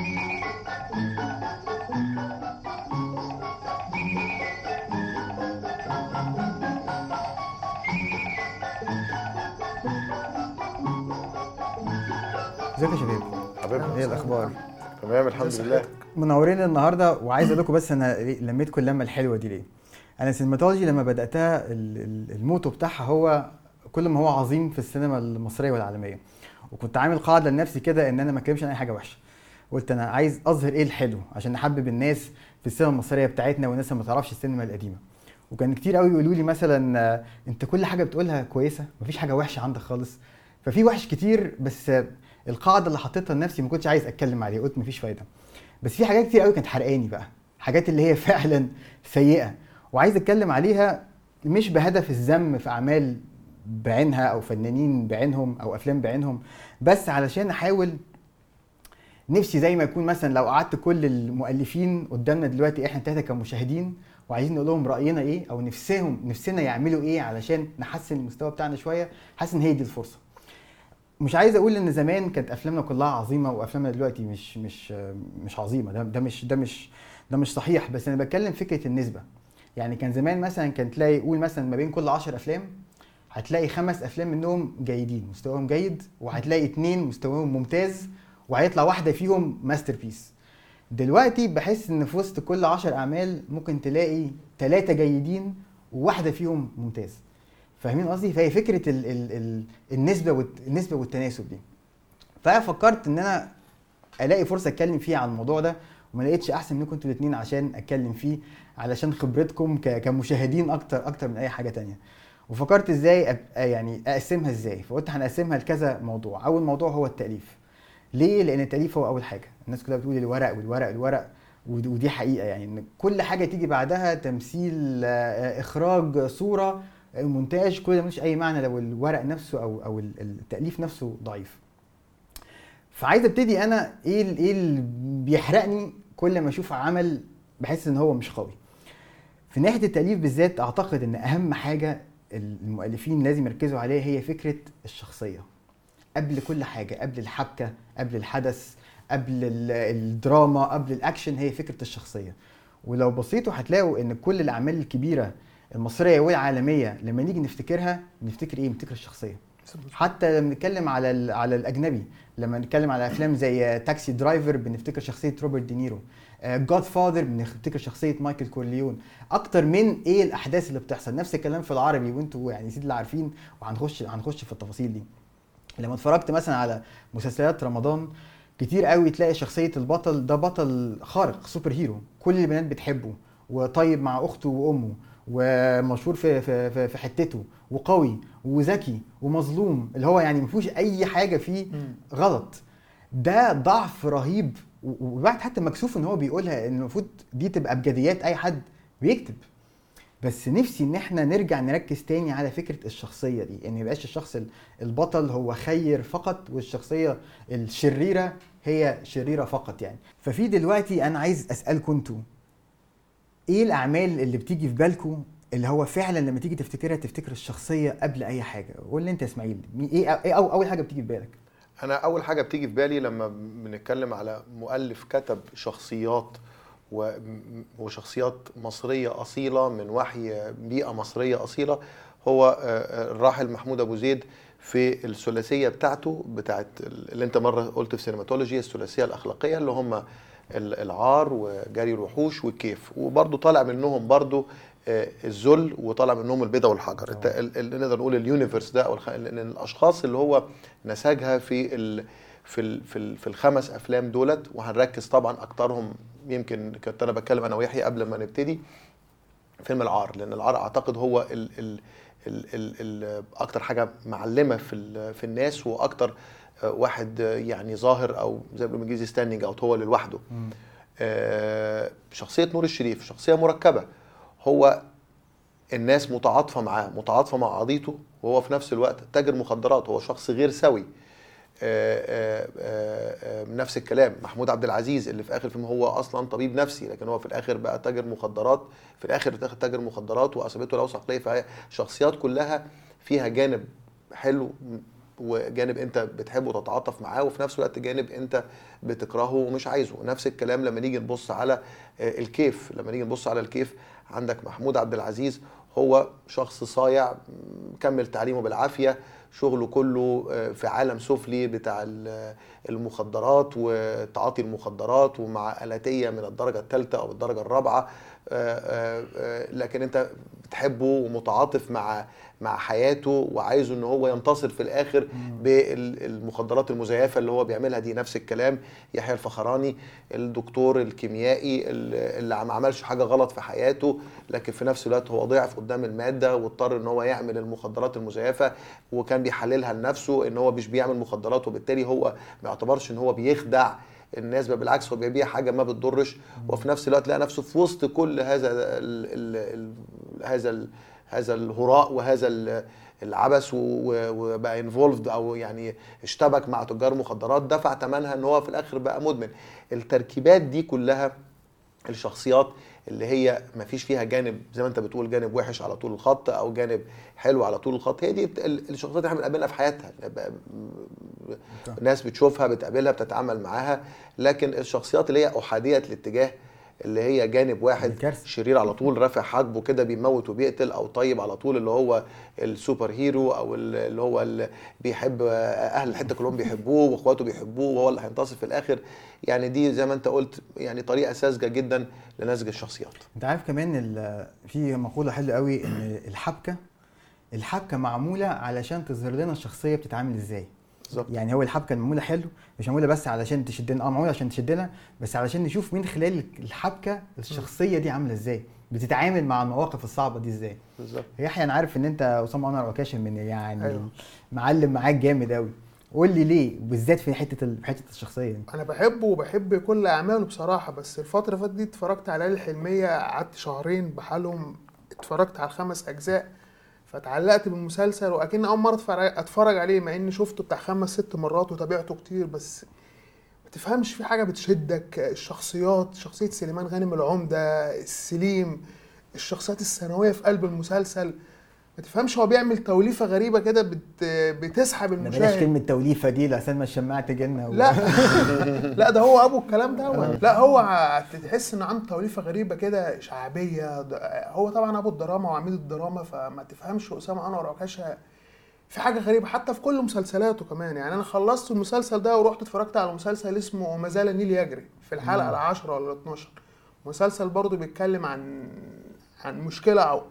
ازيك يا شباب؟ حبيبنا، ايه الاخبار؟ تمام الحمد لله. منورين النهارده، وعايز اقول لكم بس انا لميتكم اللمه الحلوه دي ليه. انا سينماتولوجي لما بداتها الموتو بتاعها هو كل ما هو عظيم في السينما المصريه والعالميه، وكنت عامل قاعده لنفسي كده ان انا ما اتكلمش عن اي حاجه وحشه. قلت انا عايز اظهر ايه الحلو عشان نحبب الناس في السينما المصريه بتاعتنا والناس اللي ما تعرفش السينما القديمه. وكان كتير قوي يقولوا لي مثلا انت كل حاجه بتقولها كويسه، مفيش حاجه وحشه عندك خالص. ففي وحش كتير، بس القاعده اللي حطيتها لنفسي ما كنتش عايز اتكلم عليها، قلت مفيش فايده. بس في حاجات كتير قوي كانت حرقاني بقى، حاجات اللي هي فعلا سيئه، وعايز اتكلم عليها مش بهدف الذم في اعمال بعينها او فنانين بعينهم او افلام بعينهم، بس علشان احاول نفسي زي ما يكون مثلا لو قعدت كل المؤلفين قدامنا دلوقتي احنا تلاته كمشاهدين وعايزين نقول لهم راينا ايه او نفسنا يعملوا ايه علشان نحسن المستوى بتاعنا شويه، حاسس ان هي دي الفرصه. مش عايز اقول ان زمان كانت افلامنا كلها عظيمه وافلامنا دلوقتي مش عظيمه، ده مش صحيح، بس انا بتكلم فكره النسبه. يعني كان زمان مثلا كان تلاقي قول مثلا ما بين كل 10 افلام هتلاقي 5 افلام منهم جيدين مستواهم جيد، وهتلاقي 2 مستواهم ممتاز، وهيطلع واحده فيهم ماستر بيس. دلوقتي بحس ان في وسط كل 10 اعمال ممكن تلاقي 3 جيدين وواحده فيهم ممتاز. فاهمين قصدي؟ فهي فكره النسبه والتناسب دي. ففكرت ان انا الاقي فرصه اتكلم فيها عن الموضوع ده، وما لقيتش احسن منكم انتوا الاثنين عشان اتكلم فيه، علشان خبرتكم كمشاهدين اكتر من اي حاجه تانية. وفكرت ازاي يعني اقسمها ازاي، فقلت هنقسمها لكذا موضوع. اول موضوع هو التاليف. ليه؟ لان التاليف هو اول حاجه. الناس كلها بتقول الورق والورق الورق، ودي حقيقه، يعني ان كل حاجه تيجي بعدها تمثيل، اخراج، صوره، مونتاج، كل ده ملوش اي معنى لو الورق نفسه او التاليف نفسه ضعيف. فعايز ابتدي انا ايه اللي بيحرقني كل ما اشوف عمل بحس ان هو مش قوي. في ناحيه التاليف بالذات اعتقد ان اهم حاجه المؤلفين لازم يركزوا عليها هي فكره الشخصيه قبل كل حاجه، قبل الحبكه، قبل الحدث، قبل الدراما، قبل الاكشن، هي فكره الشخصيه. ولو بصيتوا هتلاقوا ان كل الاعمال الكبيره المصريه والعالميه لما نيجي نفتكرها نفتكر ايه؟ نفتكر الشخصيه. حتى لما نتكلم على الاجنبي، لما نتكلم على افلام زي تاكسي درايفر بنفتكر شخصيه روبرت دينيرو، جاد فاذر بنفتكر شخصيه مايكل كورليون، اكتر من ايه الاحداث اللي بتحصل. نفس الكلام في العربي، وانتوا يعني سيد اللي عارفين، وهنخش في التفاصيل دي. لما اتفرجت مثلا على مسلسلات رمضان كتير قوي تلاقي شخصيه البطل ده بطل خارق، سوبر هيرو، كل البنات بتحبه، وطيب مع اخته وامه، ومشهور في حتته، وقوي وذكي ومظلوم، اللي هو يعني مفيهوش اي حاجه فيه غلط. ده ضعف رهيب، والواحد حتى مكسوف ان هو بيقولها، ان المفروض دي تبقى بجديات اي حد بيكتب. بس نفسي ان احنا نرجع نركز تاني على فكرة الشخصية دي، ان ميبقاش الشخص البطل هو خير فقط، والشخصية الشريرة هي شريرة فقط يعني. ففي دلوقتي انا عايز اسألكم انتوا ايه الاعمال اللي بتيجي في بالكم اللي هو فعلا لما تيجي تفتكرها تفتكر الشخصية قبل اي حاجة؟ قول لي انت يا اسماعيل، ايه اول حاجة بتيجي في بالك؟ انا اول حاجه بتيجي في بالي لما بنتكلم على مؤلف كتب شخصيات وشخصيات مصريه اصيله من وحي بيئه مصريه اصيله، هو الراحل محمود ابو زيد. في الثلاثيه بتاعت اللي انت مره قلت في سينماتولوجي، الثلاثيه الاخلاقيه اللي هم العار وجري الوحوش والكيف، وبرضه طالع منهم برضه الذل، وطالع منهم البيضه والحجر. اللي نقدر نقول اليونيفرس ده، او الاشخاص اللي هو نسجها في الخمس افلام دولت. وهنركز طبعا اكترهم، يمكن كنت انا بتكلم انا ويحيى قبل ما نبتدي، فيلم العار، لان العار اعتقد هو ال اكتر حاجه معلمه في الناس، واكتر واحد يعني ظاهر، او زي ما بيقولوا بالانجليزي ستاندينج اوت، هو لوحده. شخصيه نور الشريف شخصيه مركبه، هو الناس متعاطفه معاه، متعاطفه مع قضيته، وهو في نفس الوقت تاجر مخدرات، هو شخص غير سوي. نفس الكلام محمود عبد العزيز اللي في اخر الفيلم هو اصلا طبيب نفسي، لكن هو في الاخر بقى تاجر مخدرات، في الاخر تاجر مخدرات واصابته لوث عقليه. فهي شخصيات كلها فيها جانب حلو وجانب انت بتحبه وتتعاطف معاه، وفي نفس الوقت جانب انت بتكرهه ومش عايزه. نفس الكلام لما نيجي نبص على الكيف. لما نيجي نبص على الكيف، عندك محمود عبد العزيز، هو شخص صايع كمل تعليمه بالعافية، شغله كله في عالم سفلي بتاع المخدرات وتعاطي المخدرات، ومع آلاتية من الدرجة الثالثة أو الدرجة الرابعة. لكن أنت بتحبه ومتعاطف مع حياته وعايزه ان هو ينتصر في الاخر بالمخدرات المزيفه اللي هو بيعملها دي. نفس الكلام يحيى الفخراني، الدكتور الكيميائي اللي ما عملش حاجه غلط في حياته، لكن في نفس الوقت هو ضعف قدام الماده واضطر ان هو يعمل المخدرات المزيفه، وكان بيحللها لنفسه ان هو مش بيعمل مخدرات، وبالتالي هو ما يعتبرش ان هو بيخدع الناس، بل بالعكس هو بيبيع حاجه ما بتضرش. وفي نفس الوقت لقى نفسه في وسط كل هذا الهراء وهذا العبث، وبقى انفولفد او يعني اشتبك مع تجار مخدرات، دفع ثمنها ان هو في الاخر بقى مدمن. التركيبات دي كلها، الشخصيات اللي هي ما فيش فيها جانب زي ما انت بتقول جانب وحش على طول الخط او جانب حلو على طول الخط، هي دي الشخصيات اللي احنا بنقابلها في حياتها. ناس بتشوفها بتقابلها بتتعامل معاها. لكن الشخصيات اللي هي احاديه الاتجاه، اللي هي جانب واحد شرير على طول رافع حاجبه كده بيموت وبيقتل، او طيب على طول اللي هو السوبر هيرو، او اللي هو اللي بيحب اهل الحته كلهم بيحبوه واخواته بيحبوه وهو اللي هينتصر في الاخر، يعني دي زي ما انت قلت يعني طريقه ساذجه جدا لنسج الشخصيات. انت عارف كمان في مقوله حلوه قوي ان الحبكه معموله علشان تظهر لنا الشخصيه بتتعامل ازاي. بالظبط. يعني هو الحبكه المعموله حلو، مش معموله بس علشان تشدنا، معموله عشان تشدنا، بس علشان نشوف من خلال الحبكه الشخصيه دي عامله ازاي، بتتعامل مع المواقف الصعبه دي ازاي. بالظبط. يحيى انا عارف ان انت اسامه انور عكاشة من يعني أيوه. معلم معاك جامد قوي، قول لي ليه بالذات في حته الشخصيه دي؟ انا بحبه وبحب كل اعماله بصراحه، بس الفتره اللي فاتت دي اتفرجت على ليالي الحلميه، قعدت شهرين بحالهم اتفرجت على ال5 اجزاء، فتعلقت بالمسلسل واكن اول مره اتفرج عليه، مع اني شفته بتاع 5-6 مرات وتابعته كتير، بس ما تفهمش في حاجه بتشدك. الشخصيات، شخصيه سليمان غانم العمده، السليم، الشخصيات الثانويه في قلب المسلسل، ما تفهمش هو بيعمل توليفه غريبه كده بتسحب المشاهد. بلاش كلمه توليفه دي لحسن ما الشماعه تجينا لا لا ده هو ابو الكلام ده. لا هو تحس انه عنده توليفه غريبه كده شعبيه، هو طبعا ابو الدراما وعميد الدراما، فما تفهمش اسامه انور عكاشة في حاجه غريبه حتى في كل مسلسلاته كمان. يعني انا خلصت المسلسل ده ورحت اتفرجت على مسلسل اسمه ما زال النيل يجري في الحلقه ال10 ولا ال12، مسلسل برضه بيتكلم عن مشكله او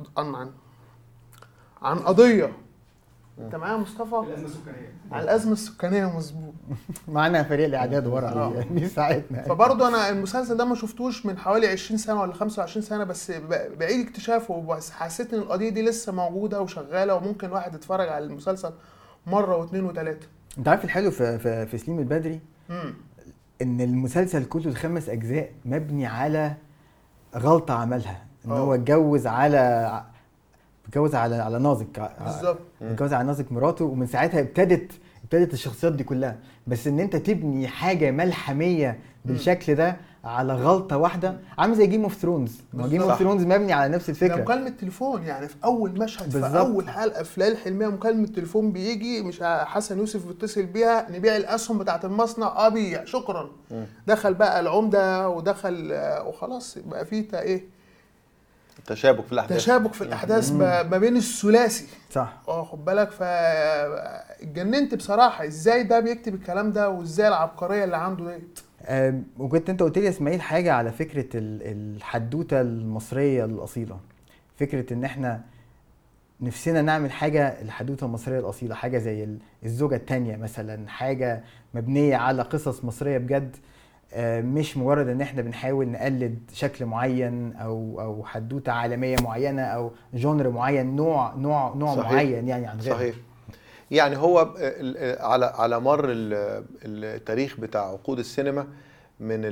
عن قضيه. انت معايا مصطفى؟ الازمه السكانيه. على الازمه السكانيه، مظبوط. معانا فريق الاعداد ورا يعني ساعتنا. فبرضه انا المسلسل ده ما شفتوش من حوالي 20 سنه ولا 25 سنه، بس بعيد اكتشافه، بس حسيت ان القضيه دي لسه موجوده وشغاله، وممكن واحد يتفرج على المسلسل مره واثنين وثلاثه. انت عارف الحلو في سليم البدري ان المسلسل كله ال5 اجزاء مبني على غلطه عملها، ان هو اتجوز على نازك. بالظبط. اتجوز على نازك مراته، ومن ساعتها ابتدت الشخصيات دي كلها. بس ان انت تبني حاجه ملحميه بالشكل ده على غلطه واحده، عامل زي جيم اوف ثرونز. جيم اوف ثرونز مبني على نفس الفكره. ده مكالمه تليفون، يعني في اول مشهد بالزبط. في اول حلقه في ليالي الحلميه مكالمه تليفون بيجي، مش حسن يوسف بيتصل بيها نبيع الاسهم بتاعه المصنع، ابيع شكرا. دخل بقى العمده ودخل وخلاص بقى في ايه، تشابك في الاحداث ما بين الثلاثي. صح. خد بالك، فاتجننت بصراحه ازاي ده بيكتب الكلام ده، وازاي العبقريه اللي عنده ديت. وكنت انت قلت لي يا اسماعيل حاجه على فكره الحدوته المصريه الاصيله، فكره ان احنا نفسنا نعمل حاجه الحدوته المصريه الاصيله، حاجه زي الزوجه الثانيه مثلا، حاجه مبنيه على قصص مصريه بجد، مش مجرد ان احنا بنحاول نقلد شكل معين او حدوته عالميه معينه او جونر معين، نوع معين يعني عن غيره. صحيح. يعني هو على مر التاريخ بتاع عقود السينما من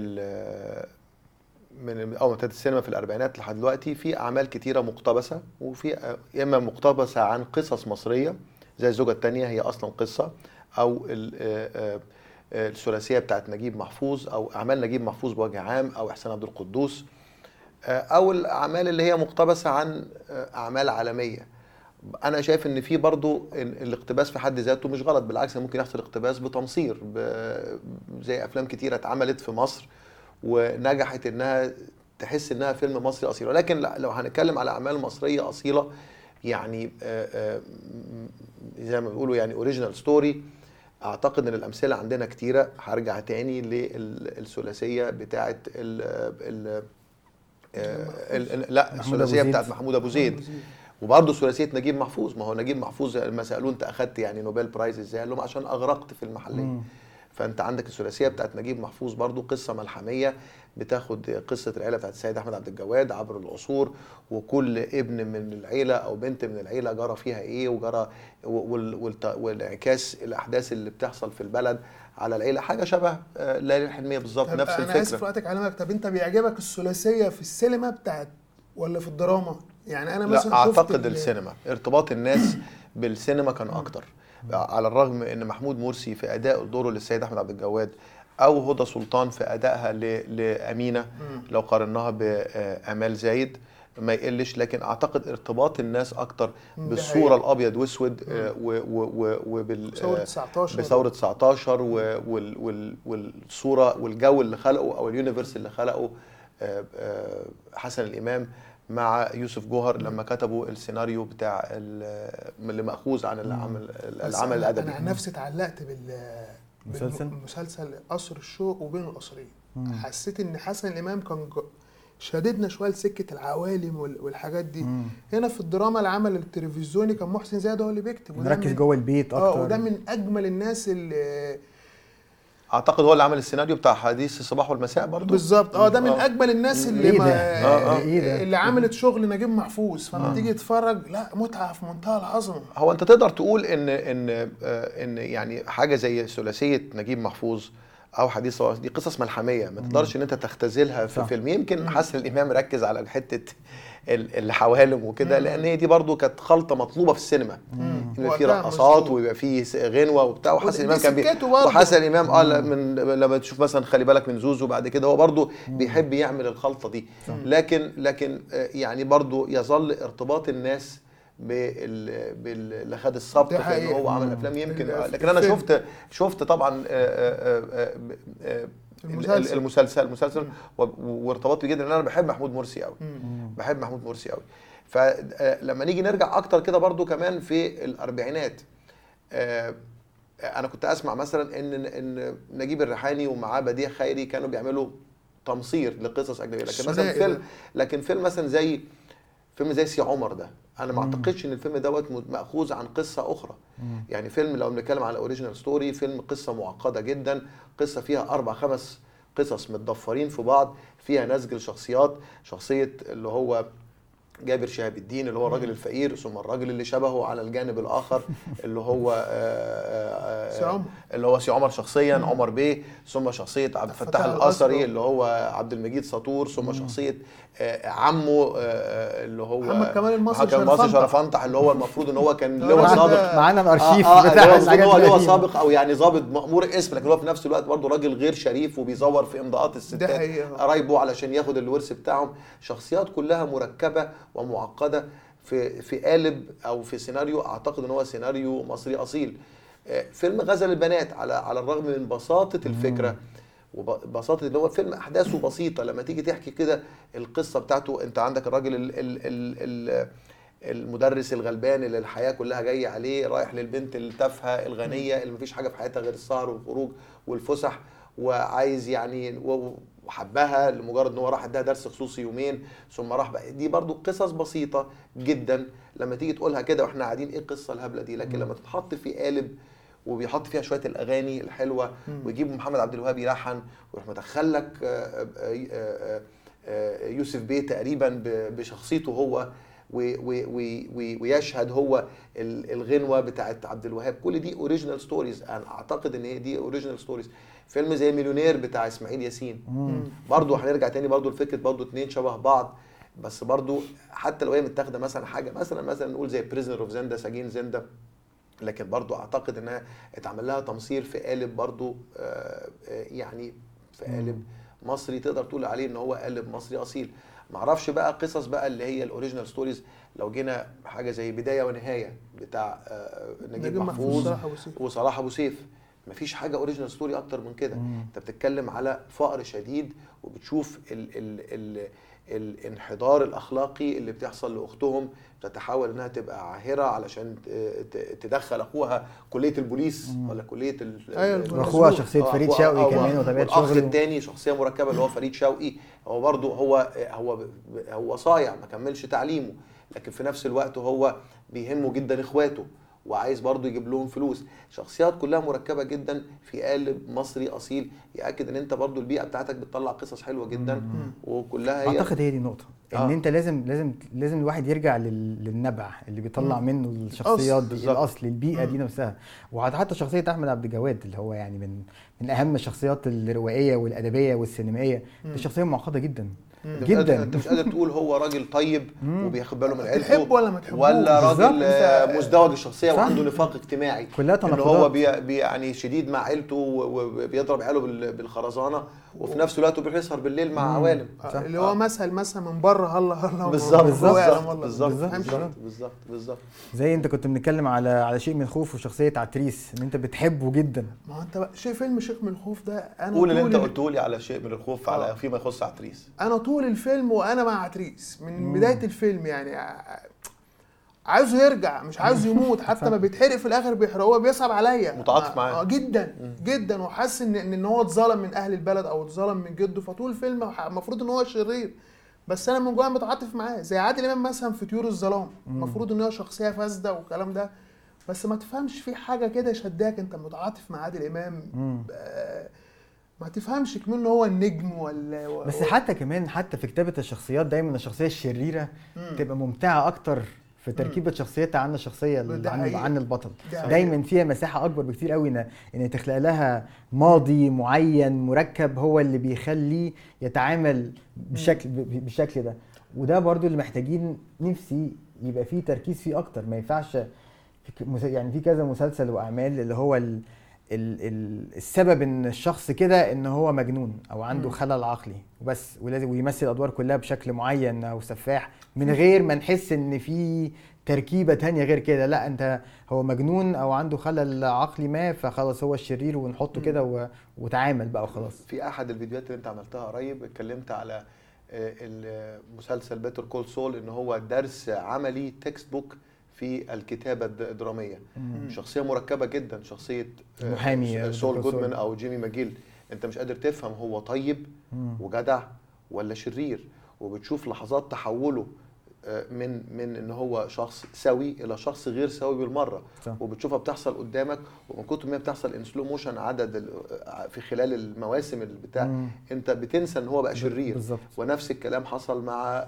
اول ما ابتدت السينما في الاربعينات لحد دلوقتي، في اعمال كتيره مقتبسه، وفي اما مقتبسه عن قصص مصريه زي الزوجه الثانيه هي اصلا قصه، او الثلاثيه بتاعت نجيب محفوظ، او اعمال نجيب محفوظ بوجه عام، او احسان عبد القدوس، او الاعمال اللي هي مقتبسه عن اعمال عالميه. انا شايف ان في برضو الاقتباس في حد ذاته مش غلط، بالعكس ممكن يحصل اقتباس بتمصير زي افلام كتيره اتعملت في مصر ونجحت انها تحس انها فيلم مصري اصيل. ولكن لو هنتكلم على اعمال مصريه اصيله يعني زي ما بيقولوا يعني اوريجينال ستوري، اعتقد ان الامثله عندنا كتيره. هرجع تاني للثلاثيه بتاعه لا الثلاثيه بتاعت محمود ابو زيد، وبرضه ثلاثيه نجيب محفوظ. ما هو نجيب محفوظ لما سالوه انت اخذت يعني نوبل برايز ازاي؟ قال لهم عشان اغرقت في المحليه. فانت عندك الثلاثيه بتاعت نجيب محفوظ برضه قصه ملحميه، بتاخد قصه العيله بتاعت السيد احمد عبد الجواد عبر العصور، وكل ابن من العيله او بنت من العيله جرى فيها ايه وجرى والانعكاس الاحداث اللي بتحصل في البلد على العيله، حاجه شبه ليالي الحلميه بالظبط، نفس الفكره. انا اسف وقتك على طب انت بيعجبك الثلاثيه في السينما بتاعت ولا في الدراما؟ يعني انا مثلا لا اعتقد السينما، ارتباط الناس بالسينما كان اكتر. على الرغم ان محمود مرسي في اداء دوره للسيد احمد عبد الجواد او هدى سلطان في ادائها لامينه لو قارناها بامال زايد ما يقلش، لكن اعتقد ارتباط الناس اكتر بالصوره الابيض واسود بثوره 19 والصوره والجو اللي خلقه او اليونيفرس اللي خلقه حسن الامام مع يوسف جوهر لما كتبوا السيناريو بتاع اللي مأخوذ عن العمل الأدبي. أنا عن نفسي اتعلقت بالمسلسل قصر الشوق وبين القصرين. حسيت إن حسن الإمام كان شددنا شوية لسكة العوالم والحاجات دي. هنا في الدراما العمل التلفزيوني كان محسن زايد هو اللي بيكتب، مركز جوه البيت أكتر. وده من أجمل الناس اللي اعتقد هو اللي عمل السيناريو بتاع حديث الصباح والمساء برضو بالظبط. ده من اجمل الناس اللي اللي عملت شغل نجيب محفوظ. فلما تيجي تتفرج لا متعه في منتهى العظمه. هو انت تقدر تقول ان يعني حاجه زي ثلاثيه نجيب محفوظ او حديث دي قصص ملحميه، ما تقدرش ان انت تختزلها في فيلم. يمكن حسن الامام ركز على حته الحوالم وكده، لان هي دي برضو كانت خلطه مطلوبه في السينما، يبقى في رقصات ويبقى في غنوه وبتاع. وحسن الامام كان وحسن الامام من لما تشوف مثلا خلي بالك من زوزو بعد كده هو برضو بيحب يعمل الخلطه دي. لكن يعني برضو يظل ارتباط الناس اللي خد السبق في ان هو عمل افلام. يمكن لكن انا شفت طبعا المسلسل وارتبطت جدا لان انا بحب محمود مرسي قوي. فلما نيجي نرجع اكتر كده برضو كمان في الاربعينات، انا كنت اسمع مثلا ان نجيب الريحاني ومعاه بديع خيري كانوا بيعملوا تمصير لقصص اجنبيه. لكن مثلا فيلم مثلا زي سي عمر ده، انا ما اعتقدش ان الفيلم دوت ماخوذ عن قصه اخرى. يعني فيلم لو بنتكلم على اوريجينال ستوري، فيلم قصه معقده جدا، قصه فيها 4-5 قصص متضفرين في بعض، فيها نسج الشخصيات، شخصيه اللي هو جابر شهاب الدين اللي هو الراجل الفقير، ثم الراجل اللي شبهه على الجانب الاخر اللي هو سي عمر شخصيا عمر بيه، ثم شخصيه عبد الفتاح القصري اللي هو عبد المجيد سطور، ثم شخصيه عمه اللي هو محمد كمال المصري شرفنطح اللي هو المفروض ان هو كان لواء سابق معانا الارشيف بتاع الحاجات هو لواء سابق او يعني ضابط مأمور اسم، لكن هو في نفس الوقت برضه راجل غير شريف وبيزور في امضاءات الستات قرايبه علشان ياخد الورث بتاعهم. شخصيات كلها مركبه ومعقده في قالب او في سيناريو اعتقد ان هو سيناريو مصري اصيل. فيلم غزل البنات على الرغم من بساطه الفكره وبساطه اللي هو فيلم احداثه بسيطه، لما تيجي تحكي كده القصه بتاعته انت عندك الراجل المدرس الغلبان اللي الحياه كلها جايه عليه، رايح للبنت التافهه الغنيه اللي مفيش حاجه في حياتها غير السهر والخروج والفسح، وعايز يعني وحبها لمجرد ان هو راح اداها درس خصوصي يومين ثم راح بقى. دي برضو قصص بسيطه جدا لما تيجي تقولها كده واحنا قاعدين ايه القصه الهبله دي، لكن لما تتحط في قالب وبيحط فيها شويه الاغاني الحلوه ويجيب محمد عبد الوهاب يلحن ويروح مدخل لك يوسف بيه تقريبا بشخصيته هو ويشهد هو الغنوه بتاعت عبد الوهاب. كل دي اوريجينال ستوريز، انا اعتقد ان هي دي اوريجينال ستوريز. فيلم زي مليونير بتاع اسماعيل ياسين برضو هنرجع تاني برضو لفكره برضو اتنين شبه بعض، بس برضو حتى لو هي متاخده مثلا حاجه مثلا نقول زي بريزنر اوف زندا سجين زندا، لكن برضو اعتقد انها اتعمل لها تمصير في قالب برضو يعني في قالب مصري تقدر تقول عليه ان هو قالب مصري اصيل. معرفش بقى قصص بقى اللي هي الاوريجينال ستوريز، لو جينا حاجه زي بدايه ونهايه بتاع نجيب محفوظ وصلاح ابو سيف، مفيش حاجه اوريجينال ستوري اكتر من كده. انت بتتكلم على فقر شديد، وبتشوف الانحدار الاخلاقي اللي بتحصل لاختهم، بتتحول انها تبقى عاهره علشان تدخل اخوها كليه البوليس ولا كليه واخوها شخصيه فريد شوقي كمان وطبيعه شغله. والاخ الثاني شخصيه مركبه اللي هو فريد شوقي، هو برضه هو صايع ما كملش تعليمه، لكن في نفس الوقت هو بيهمه جدا اخواته وعايز برضه يجيب لهم فلوس. شخصيات كلها مركبه جدا في قالب مصري اصيل، ياكد ان انت برضه البيئه بتاعتك بتطلع قصص حلوه جدا وكلها هي. اعتقد هي دي النقطه، ان انت لازم الواحد يرجع للنبع اللي بيطلع منه الشخصيات دي، الاصل البيئه دي نفسها. وحتى شخصيه احمد عبد الجواد اللي هو يعني من اهم الشخصيات الروائيه والادبيه والسينمائيه، دي شخصيه معقده جدا جدا. انت مش قادر تقول هو راجل طيب وبياخد باله من عيلته، تحبه ولا ما تحبوش، ولا راجل مزدوج الشخصيه وعنده نفاق اجتماعي، كلها تناقضات. ان هو يعني شديد مع عيلته وبيضرب عياله بالخرزانه، وفي نفس الوقت بيسهر بالليل مع عوالم، اللي هو مثل من بره هلا بالظبط. زي انت كنت بنتكلم على شيء من الخوف وشخصيه عتريس ان انت بتحبه جدا. ما هو انت فيلم شيء من الخوف ده، انا قول اللي انت قلته لي على شيء من الخوف على فيما يخص عتريس. انا طول الفيلم وانا مع عتريس من بدايه الفيلم، يعني عايزه يرجع، مش عايزه يموت، حتى ما بيتحرق في الاخر بيحرقوه، بيصعب عليا، متعاطف معاه جدا جدا، وحاسس ان هو اتظلم من اهل البلد او اتظلم من جده، فطول الفيلم المفروض ان هو شرير، بس انا من جوايا متعاطف معاه. زي عادل امام مثلا في طيور الظلام، المفروض ان هو شخصيه فاسده والكلام ده، بس ما تفهمش في حاجه كده شداك، انت متعاطف مع عادل امام، ما تفهمش كمان ان هو النجم ولا بس حتى كمان حتى في كتابه الشخصيات دايما الشخصيه الشريره تبقى ممتعه اكتر في تركيبه شخصيتها عن الشخصيه عن البطل. دايما فيها مساحه اكبر بكتير قوي ان تخلق لها ماضي معين مركب هو اللي بيخليه يتعامل بالشكل ده. وده برضو اللي محتاجين نفسي يبقى فيه تركيز فيه اكتر. ما ينفعش يعني في كذا مسلسل واعمال اللي هو السبب ان الشخص كده ان هو مجنون او عنده خلل عقلي وبس، ولازم يمثل الادوار كلها بشكل معين او سفاح من غير ما نحس ان في تركيبه تانية غير كده. لا، انت هو مجنون او عنده خلل عقلي ما، فخلاص هو الشرير ونحطه كده وتعامل بقى وخلاص. في احد الفيديوهات اللي انت عملتها قريب اتكلمت على المسلسل بيتر كول سول ان هو درس عملي تكست بوك في الكتابة الدرامية. شخصية مركبة جدا، شخصية محامي سول جودمان أو جيمي ماجيل، أنت مش قادر تفهم هو طيب وجدع ولا شرير، وبتشوف لحظات تحوله من ان هو شخص سوي الى شخص غير سوي بالمره، وبتشوفها بتحصل قدامك، ومن كتر ما بتحصل ان سلو موشن عدد في خلال المواسم البتاع انت بتنسى ان هو بقى شرير بالزبط. ونفس الكلام حصل مع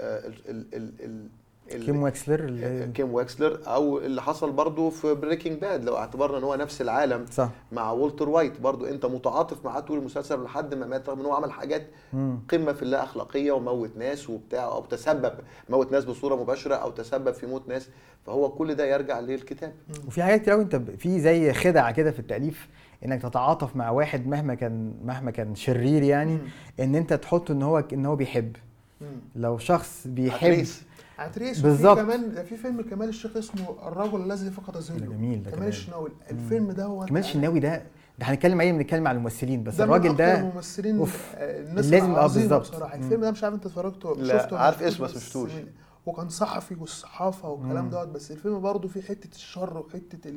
كيم واكسلر او اللي حصل برضو في بريكنج باد، لو اعتبرنا ان هو نفس العالم صح. مع والتر وايت برضو انت متعاطف معاه طول المسلسل لحد ما مات، رغم ان هو عمل حاجات قمه في اللا اخلاقيه وموت ناس وبتاع، او تسبب موت ناس بصوره مباشره او تسبب في موت ناس، فهو كل ده يرجع للكتاب. وفي حاجات كتير انت في زي خدعه كده في التاليف انك تتعاطف مع واحد مهما كان شرير، يعني ان انت تحطه ان هو بيحب. لو شخص بيحب عتريس بالظبط. كمان في فيلم كمال الشيخ اسمه الرجل الذي فقد ظله، جميل. كمال الشناوي. الفيلم ده هو كمال الشناوي ده هنتكلم عليه، بنتكلم على الممثلين، بس الراجل ده الممثلين الناس لازم بالظبط بصراحه. الفيلم ده مش عارف انت اتفرجته شفته؟ عارف اسمه بس مشفتوش. وكان صحفي والصحافه والكلام دوت، بس الفيلم برضه فيه حته الشر وحته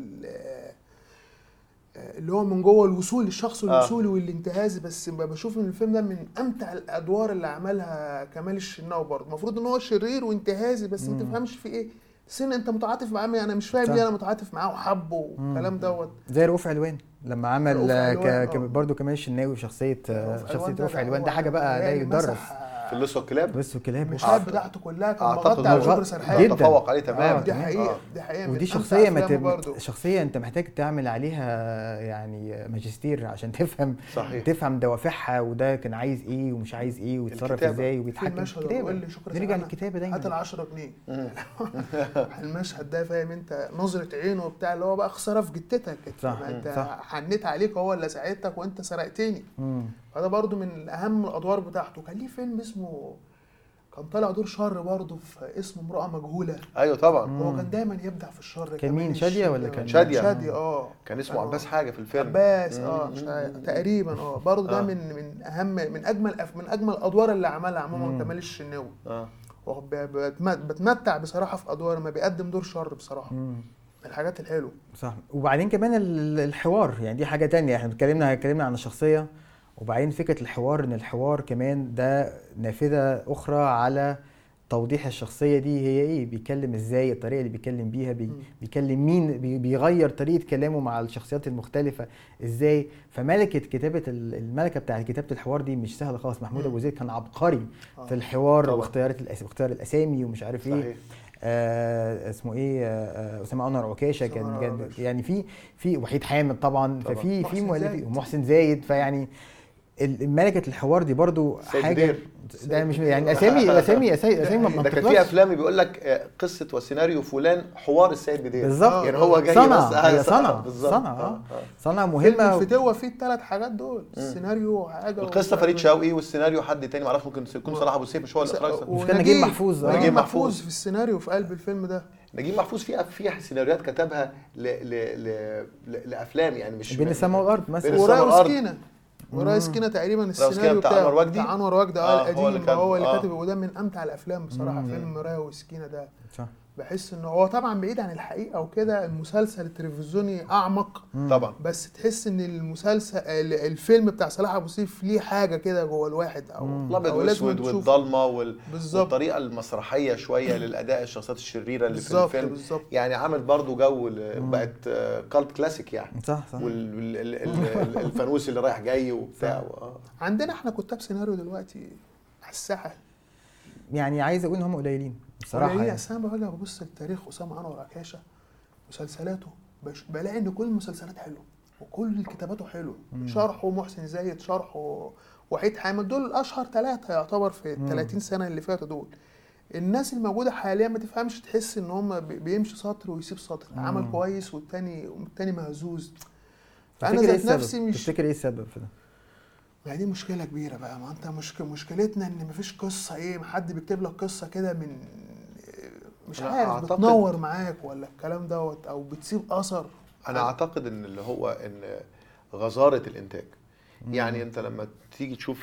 اللي هو من جوه الوصول للشخص الوصولي والانتهازي. بس بشوف ان الفيلم ده من امتع الادوار اللي عملها كمال الشناوي. برضه المفروض ان هو شرير وانتهازي، بس ما تفهمش في ايه، سن انت متعاطف معاه، انا مش فاهم ليه انا متعاطف معاه وحبه والكلام دوت. زي رؤوف علوان لما عمل برضه كمال الشناوي شخصيه رؤوف علوان، ده حاجه بقى ده يدرس في اللص والكلاب. المشاهد بتاعته كلها كان مغطى على شكر سرحان، تفوق عليه تمام. دي حقيقه ودي شخصيه انت محتاج تعمل عليها يعني ماجستير عشان تفهم دوافعها، وده كان عايز ايه ومش عايز ايه ويتصرف ازاي ويتحكم. نرجع للكتابه دايما، هات ال10 جنيه المشهد ده، فاهم انت نظره عينه وبتاع، اللي هو بقى خساره في جتتك، انت حنيت عليك هو اللي ساعدتك وانت سرقتني. فده برضو من اهم الادوار بتاعته. كان ليه فيلم اسمه كان طالع دور شر برضه في اسمه امرأة مجهولة. ايوه طبعا. هو كان دايما يبدع في الشر. كان مين، شادية ولا كان شادية؟ شادية كان اسمه عباس حاجة في الفيلم. عباس تقريبا برضه ده من اهم من اجمل الادوار اللي عملها عموما كمال الشناوي. بتمتع بصراحة في ادوار ما بيقدم دور شر بصراحة. الحاجات الحلوه صح. وبعدين كمان الحوار، يعني دي حاجة تانية. احنا اتكلمنا عن الشخصية، وبعدين فكرة الحوار، ان الحوار كمان ده نافذة اخرى على توضيح الشخصية دي هي ايه، بيتكلم ازاي، الطريقة اللي بيتكلم بيها، بيكلم مين، بيغير طريقة كلامه مع الشخصيات المختلفة ازاي. فملكة كتابة الملكة بتاعت كتابة الحوار دي مش سهلة خالص. محمود ابو زيد كان عبقري في الحوار واختيار الاسامي ومش عارف ايه. اسمه ايه، اسامه انور عكاشه كان يعني في وحيد حامد طبعا. ففي مؤلفين ومحسن زايد. فيعني ملكة الحوار دي برضو حاجة ده مش يعني اسامي ده كان في افلام بيقول لك قصه وسيناريو فلان حوار السيد بدير بالظبط. يعني هو جاي صنع مهمه. الفتوه فيه الثلاث حاجات دول، السيناريو حاجه، القصه فريد شوقي، والسيناريو حد تاني ما اعرفش، ممكن يكون صلاح ابو السيف، مش هو الاخراج. مش كان نجيب محفوظ؟ نجيب محفوظ في السيناريو في قلب الفيلم ده. نجيب محفوظ فيها سيناريوهات كتبها لافلام، يعني مش بين السماء والارض مثلا. وراي سكينة تقريبا السيناريو بتاع انور وجدي القديم، هو اللي كاتب. وده من امتع الافلام بصراحه. فيلم راي وسكينة ده صح. بحس انه هو طبعا بعيد عن الحقيقه وكده، المسلسل التلفزيوني اعمق طبعا، بس تحس ان المسلسل الفيلم بتاع صلاح ابو سيف ليه حاجه كده جوه الواحد، او الابيض والاسود والضلمه والطريقه المسرحيه شويه للاداء الشخصيات الشريره اللي في الفيلم. يعني عامل برضو جو بقت كالت كلاسيك يعني. صح. والفانوس اللي رايح جاي وبتاع. عندنا احنا كتاب سيناريو دلوقتي على الساحه، يعني عايز اقول ان هم قليلين بصراحه. يعني انا باجي ببص لتاريخ اسامه انور عكاشه مسلسلاته، بلاقي ان كل المسلسلات حلوه وكل كتاباته حلوه. شرحه محسن زايد، شرحه وحيد حامد، دول اشهر 3 يعتبر في ال 30 سنه اللي فاتوا دول. الناس الموجوده حاليا ما تفهمش، تحس ان هم بيمشي سطر ويسيب سطر، عمل كويس والتاني مهزوز. انا ذات نفسي مش تفتكر ايه السبب في ده؟ ما دي مشكله كبيره بقى. ما انت مشكلتنا ان مفيش قصه، ايه، حد بيكتب لك قصه كده من مش عارف بتنور معاك ولا الكلام دوت، او بتسيب اثر. انا اعتقد ان اللي هو ان غزاره الانتاج. يعني انت لما تيجي تشوف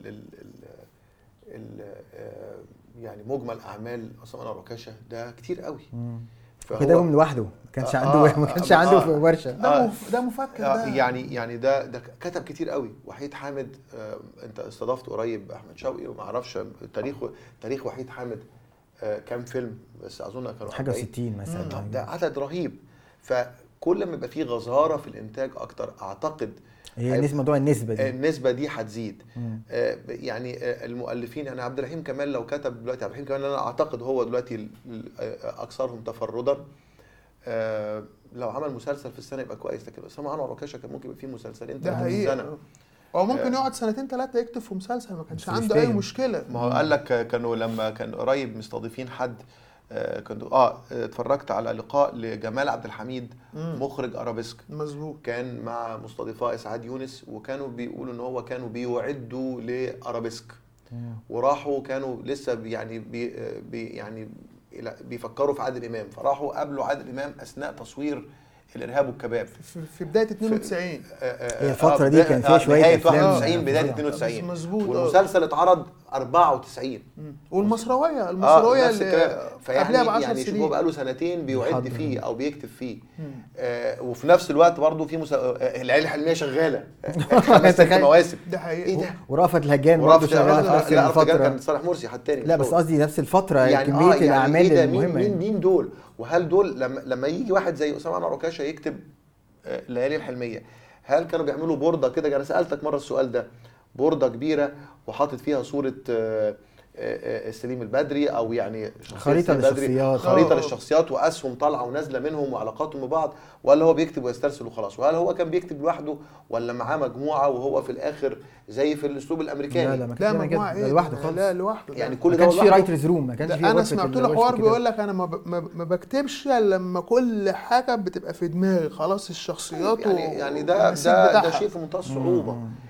يعني مجمل اعمال اسامه انور عكاشه ده كتير قوي. كتابهم لوحده ما كانش عنده في ورشه. ده مفكر ده. يعني ده كتب كتير قوي. وحيد حامد انت استضفت قريب احمد شوقي، وما اعرفش تاريخ وحيد حامد كام فيلم، بس اظن كانوا حاجه 60 مثلا. ده عدد رهيب. فكل ما يبقى فيه غزاره في الانتاج اكتر، اعتقد هي موضوع النسبه دي هتزيد. يعني المؤلفين، يعني عبد الرحيم كمال لو كتب دلوقتي، عبد الرحيم كمال انا اعتقد هو دلوقتي اكثرهم تفردا. لو عمل مسلسل في السنه يبقى كويس، لكن اسامه انور عكاشه كان ممكن يبقى فيه مسلسلين 3 في السنه، او ممكن يقعد 2-3 يكتب في مسلسل، ما كانش عنده اي مشكله. ما هو قال لك كانوا لما كان قريب مستضيفين حد، كنت اتفرجت على لقاء لجمال عبد الحميد مخرج ارابيسك، مظبوط، كان مع مستضيفاه اسعاد يونس، وكانوا بيقولوا ان هو كانوا بيعدوا لارابيسك، وراحوا كانوا لسه يعني بيفكروا في عادل امام، فراحوا قابلوا عادل امام اثناء تصوير الارهاب والكباب في بدايه 92. هي الفتره دي كان فيها شويه افلام 91 بدايه 92 مظبوط. والمسلسل اتعرض 94. والمصراويه اللي فيعني يعني شوفوا بقى له 2 بيعد فيه او بيكتب فيه. وفي نفس الوقت برضه في العيله الحلميه شغاله 5 مواسم. ده حقيقي. ايه ده؟ ورأفت الهجان برضه شغاله في نفس الفتره. كان صالح مرسي حد تاني. لا بس قصدي نفس الفتره، يعني كميه الاعمال إيه المهمه. مين دول؟ وهل دول لما يجي واحد زي اسامه انور عكاشه يكتب الليالي الحلميه، هل كانوا بيعملوا بورده كده؟ انا سالتك مره السؤال ده، بورده كبيره وحاطط فيها صوره سليم البدري، او يعني خريطه للشخصيات، خريطه للشخصيات واسهم طالعه ونازله منهم وعلاقاتهم ببعض، ولا هو بيكتب ويسترسل وخلاص؟ وهل هو كان بيكتب لوحده ولا معاه مجموعه وهو في الاخر زي في الاسلوب الامريكاني؟ لا مجموعه ايه، لوحده خالص. لا لوحده يعني كل ده ما كانش في رايترز روم، ما كانش في. انا سمعت له حوار بيقول لك انا ما بكتبش لما كل حاجه بتبقى في دماغي خلاص، الشخصيات يعني ده شيء في منتهى الصعوبه.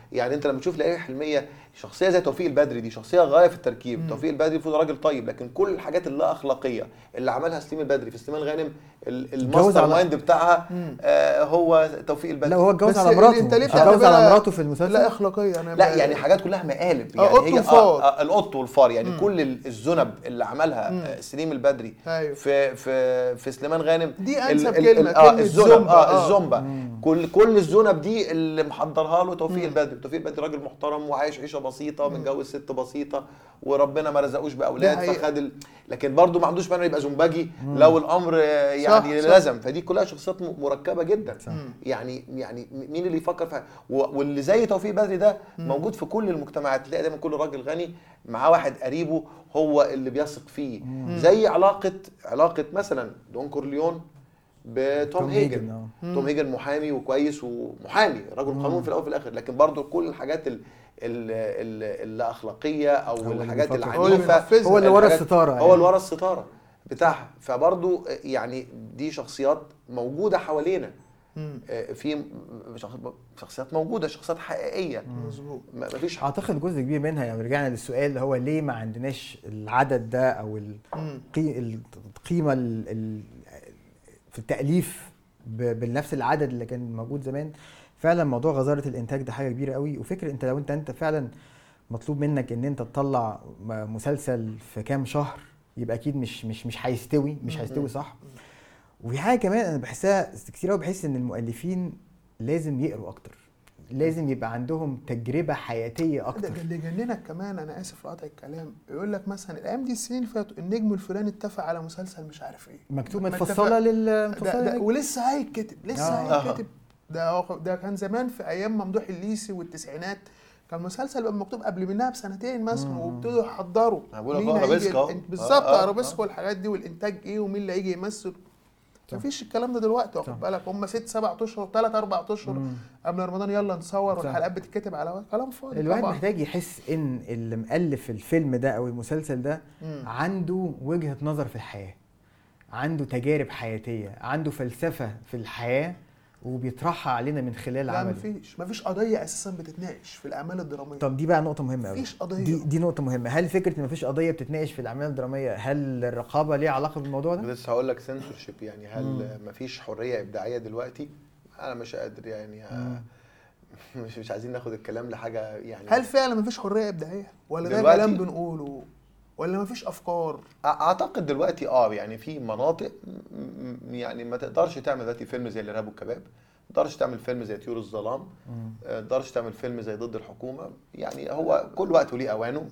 يعني انت لما تشوف ليالي الحلميه شخصيه زي توفيق البدري، دي شخصيه غايه في التركيب. توفيق البدري المفروض راجل طيب، لكن كل الحاجات اللا اخلاقيه اللي عملها سليم البدري في سليمان غانم الماستر مايند بتاعها هو توفيق البدري. لا هو اتجوز بس على مراته، انت ليه اتجوز على مراته في المسلسل. لا اخلاقيه انا لا يعني حاجات كلها مقالب، يعني قط هي وفار. القط والفار، يعني كل الذنب اللي عملها سليم البدري أيوه. في سليمان غانم دي انسب كلمه، كلمه الزنب. الزنبه كل الذنب دي اللي محضرها له توفيق البدري. توفيق البدري راجل محترم وعايش عيشه بسيطه، متجوز ست بسيطه، وربنا ما رزقوش باولاد فخد لكن برضه ما عندوش مانع يبقى زنبجي لو الامر يعني لازم. فدي كلها شخصيات مركبه جدا. يعني مين اللي يفكر فيها؟ واللي زي توفيق بدري ده موجود في كل المجتمعات. تلاقي دايما كل راجل غني معاه واحد قريبه هو اللي بيثق فيه. زي علاقه مثلا دون كورليون بتوم هيجن. توم هيجن محامي وكويس ومحامي رجل قانون في الاول وفي الاخر، لكن برضه كل الحاجات اللا اخلاقيه او الحاجات العنيفه هو اللي ورا الستاره، هو اللي ورا الستاره بتاعها. فبرضه يعني دي شخصيات موجوده حوالينا، في شخصيات موجوده، شخصيات حقيقيه. مظبوط. مفيش اعتقد جزء كبير منها يعني رجعنا للسؤال اللي هو ليه ما عندناش العدد ده او القيمه في التأليف بنفس العدد اللي كان موجود زمان. فعلا موضوع غزارة الانتاج ده حاجة كبيرة قوي. وفكر انت لو انت فعلا مطلوب منك ان انت تطلع مسلسل في كام شهر، يبقى اكيد مش هيستوي صح. وفي حاجة كمان انا بحسها كتير قوي، بحس ان المؤلفين لازم يقروا اكتر، لازم يبقى عندهم تجربة حياتية اكتر. ده اللي جننك كمان، انا اسف لقطع الكلام، يقول لك مثلا الايام دي السنين اللي فاتوا النجم الفلاني اتفق على مسلسل مش عارف ايه، مكتوب متفصله ولسه هيتكتب ده كان زمان في ايام ممدوح الليثي والتسعينات، كان مسلسل بقى مكتوب قبل منها بسنتين مثلا، وابتدوا يحضروا بالظبط ارابيسكو والحاجات دي، والانتاج ايه ومين اللي هيجي يمثل. مفيش الكلام ده دلوقتي، واخد بالك؟ هم 6-7 اشهر 3-4 اشهر قبل رمضان يلا نصور، والحلقات بتتكتب على كلام فاضي. الواحد محتاج يحس ان اللي مؤلف الفيلم ده او المسلسل ده عنده وجهة نظر في الحياة، عنده تجارب حياتية، عنده فلسفة في الحياة وبيطرحها علينا من خلال عمله. مفيش قضية اساسا بتتناقش في الاعمال الدرامية. طب دي بقى نقطة مهمة قوي. مفيش قضية. دي نقطة مهمة. هل فكرة ان مفيش قضية بتتناقش في الاعمال الدرامية، هل الرقابة ليها علاقة بالموضوع ده؟ لسه هقول لك سنسورشيب، يعني هل مفيش حرية ابداعية دلوقتي؟ انا مش قادر يعني مش عايزين ناخد الكلام لحاجة يعني. هل فعلا مفيش حرية ابداعية ولا ده كلام بنقوله ولا مفيش افكار؟ اعتقد دلوقتي يعني في مناطق يعني ما تقدرش تعمل دلوقتي فيلم زي الارهاب والكباب، ما تقدرش تعمل فيلم زي طيور الظلام، ما تقدرش تعمل فيلم زي ضد الحكومه. يعني هو كل وقت وليه اوانه.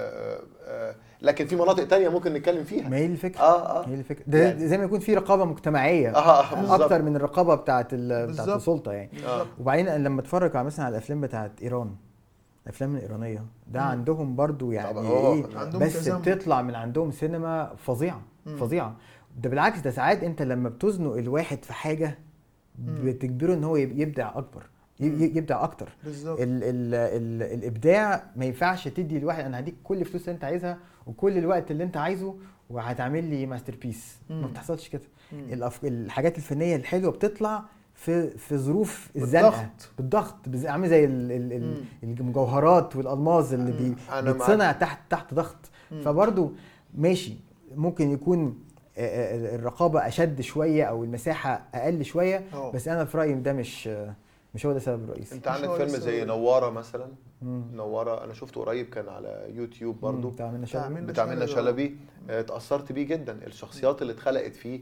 لكن في مناطق تانية ممكن نتكلم فيها. ما هي الفكره. هي الفكره ده يعني زي ما يكون في رقابه مجتمعيه اكتر من الرقابه بتاعه السلطه يعني. وبعدين لما اتفرج على مثلا على الافلام بتاعه ايران، الافلام الايرانيه ده عندهم برضو يعني ايه، بس بتطلع من عندهم سينما فظيعه. ده بالعكس، ده ساعات انت لما بتزنق الواحد في حاجه بتجبره ان هو يبدع اكبر، يبدع اكتر. بالظبط. الابداع ما ينفعش تدي لواحد انا هديك كل الفلوس اللي انت عايزها وكل الوقت اللي انت عايزه وهتعمل لي ماستر بيس. ما بتحصلش كده. الحاجات الفنيه الحلوه بتطلع في ظروف الزنقه بالضغط، عامل زي المجوهرات والالماظ اللي بيتصنع تحت ضغط. فبرضو ماشي، ممكن يكون الرقابه اشد شويه او المساحه اقل شويه، بس انا في رايي ده مش هو ده السبب الرئيسي. انت عندك فيلم زي نوارة مثلا. نوارة انا شفته قريب، كان على يوتيوب برضو بتاع منة شلبي. اتأثرت بيه جدا. الشخصيات اللي اتخلقت فيه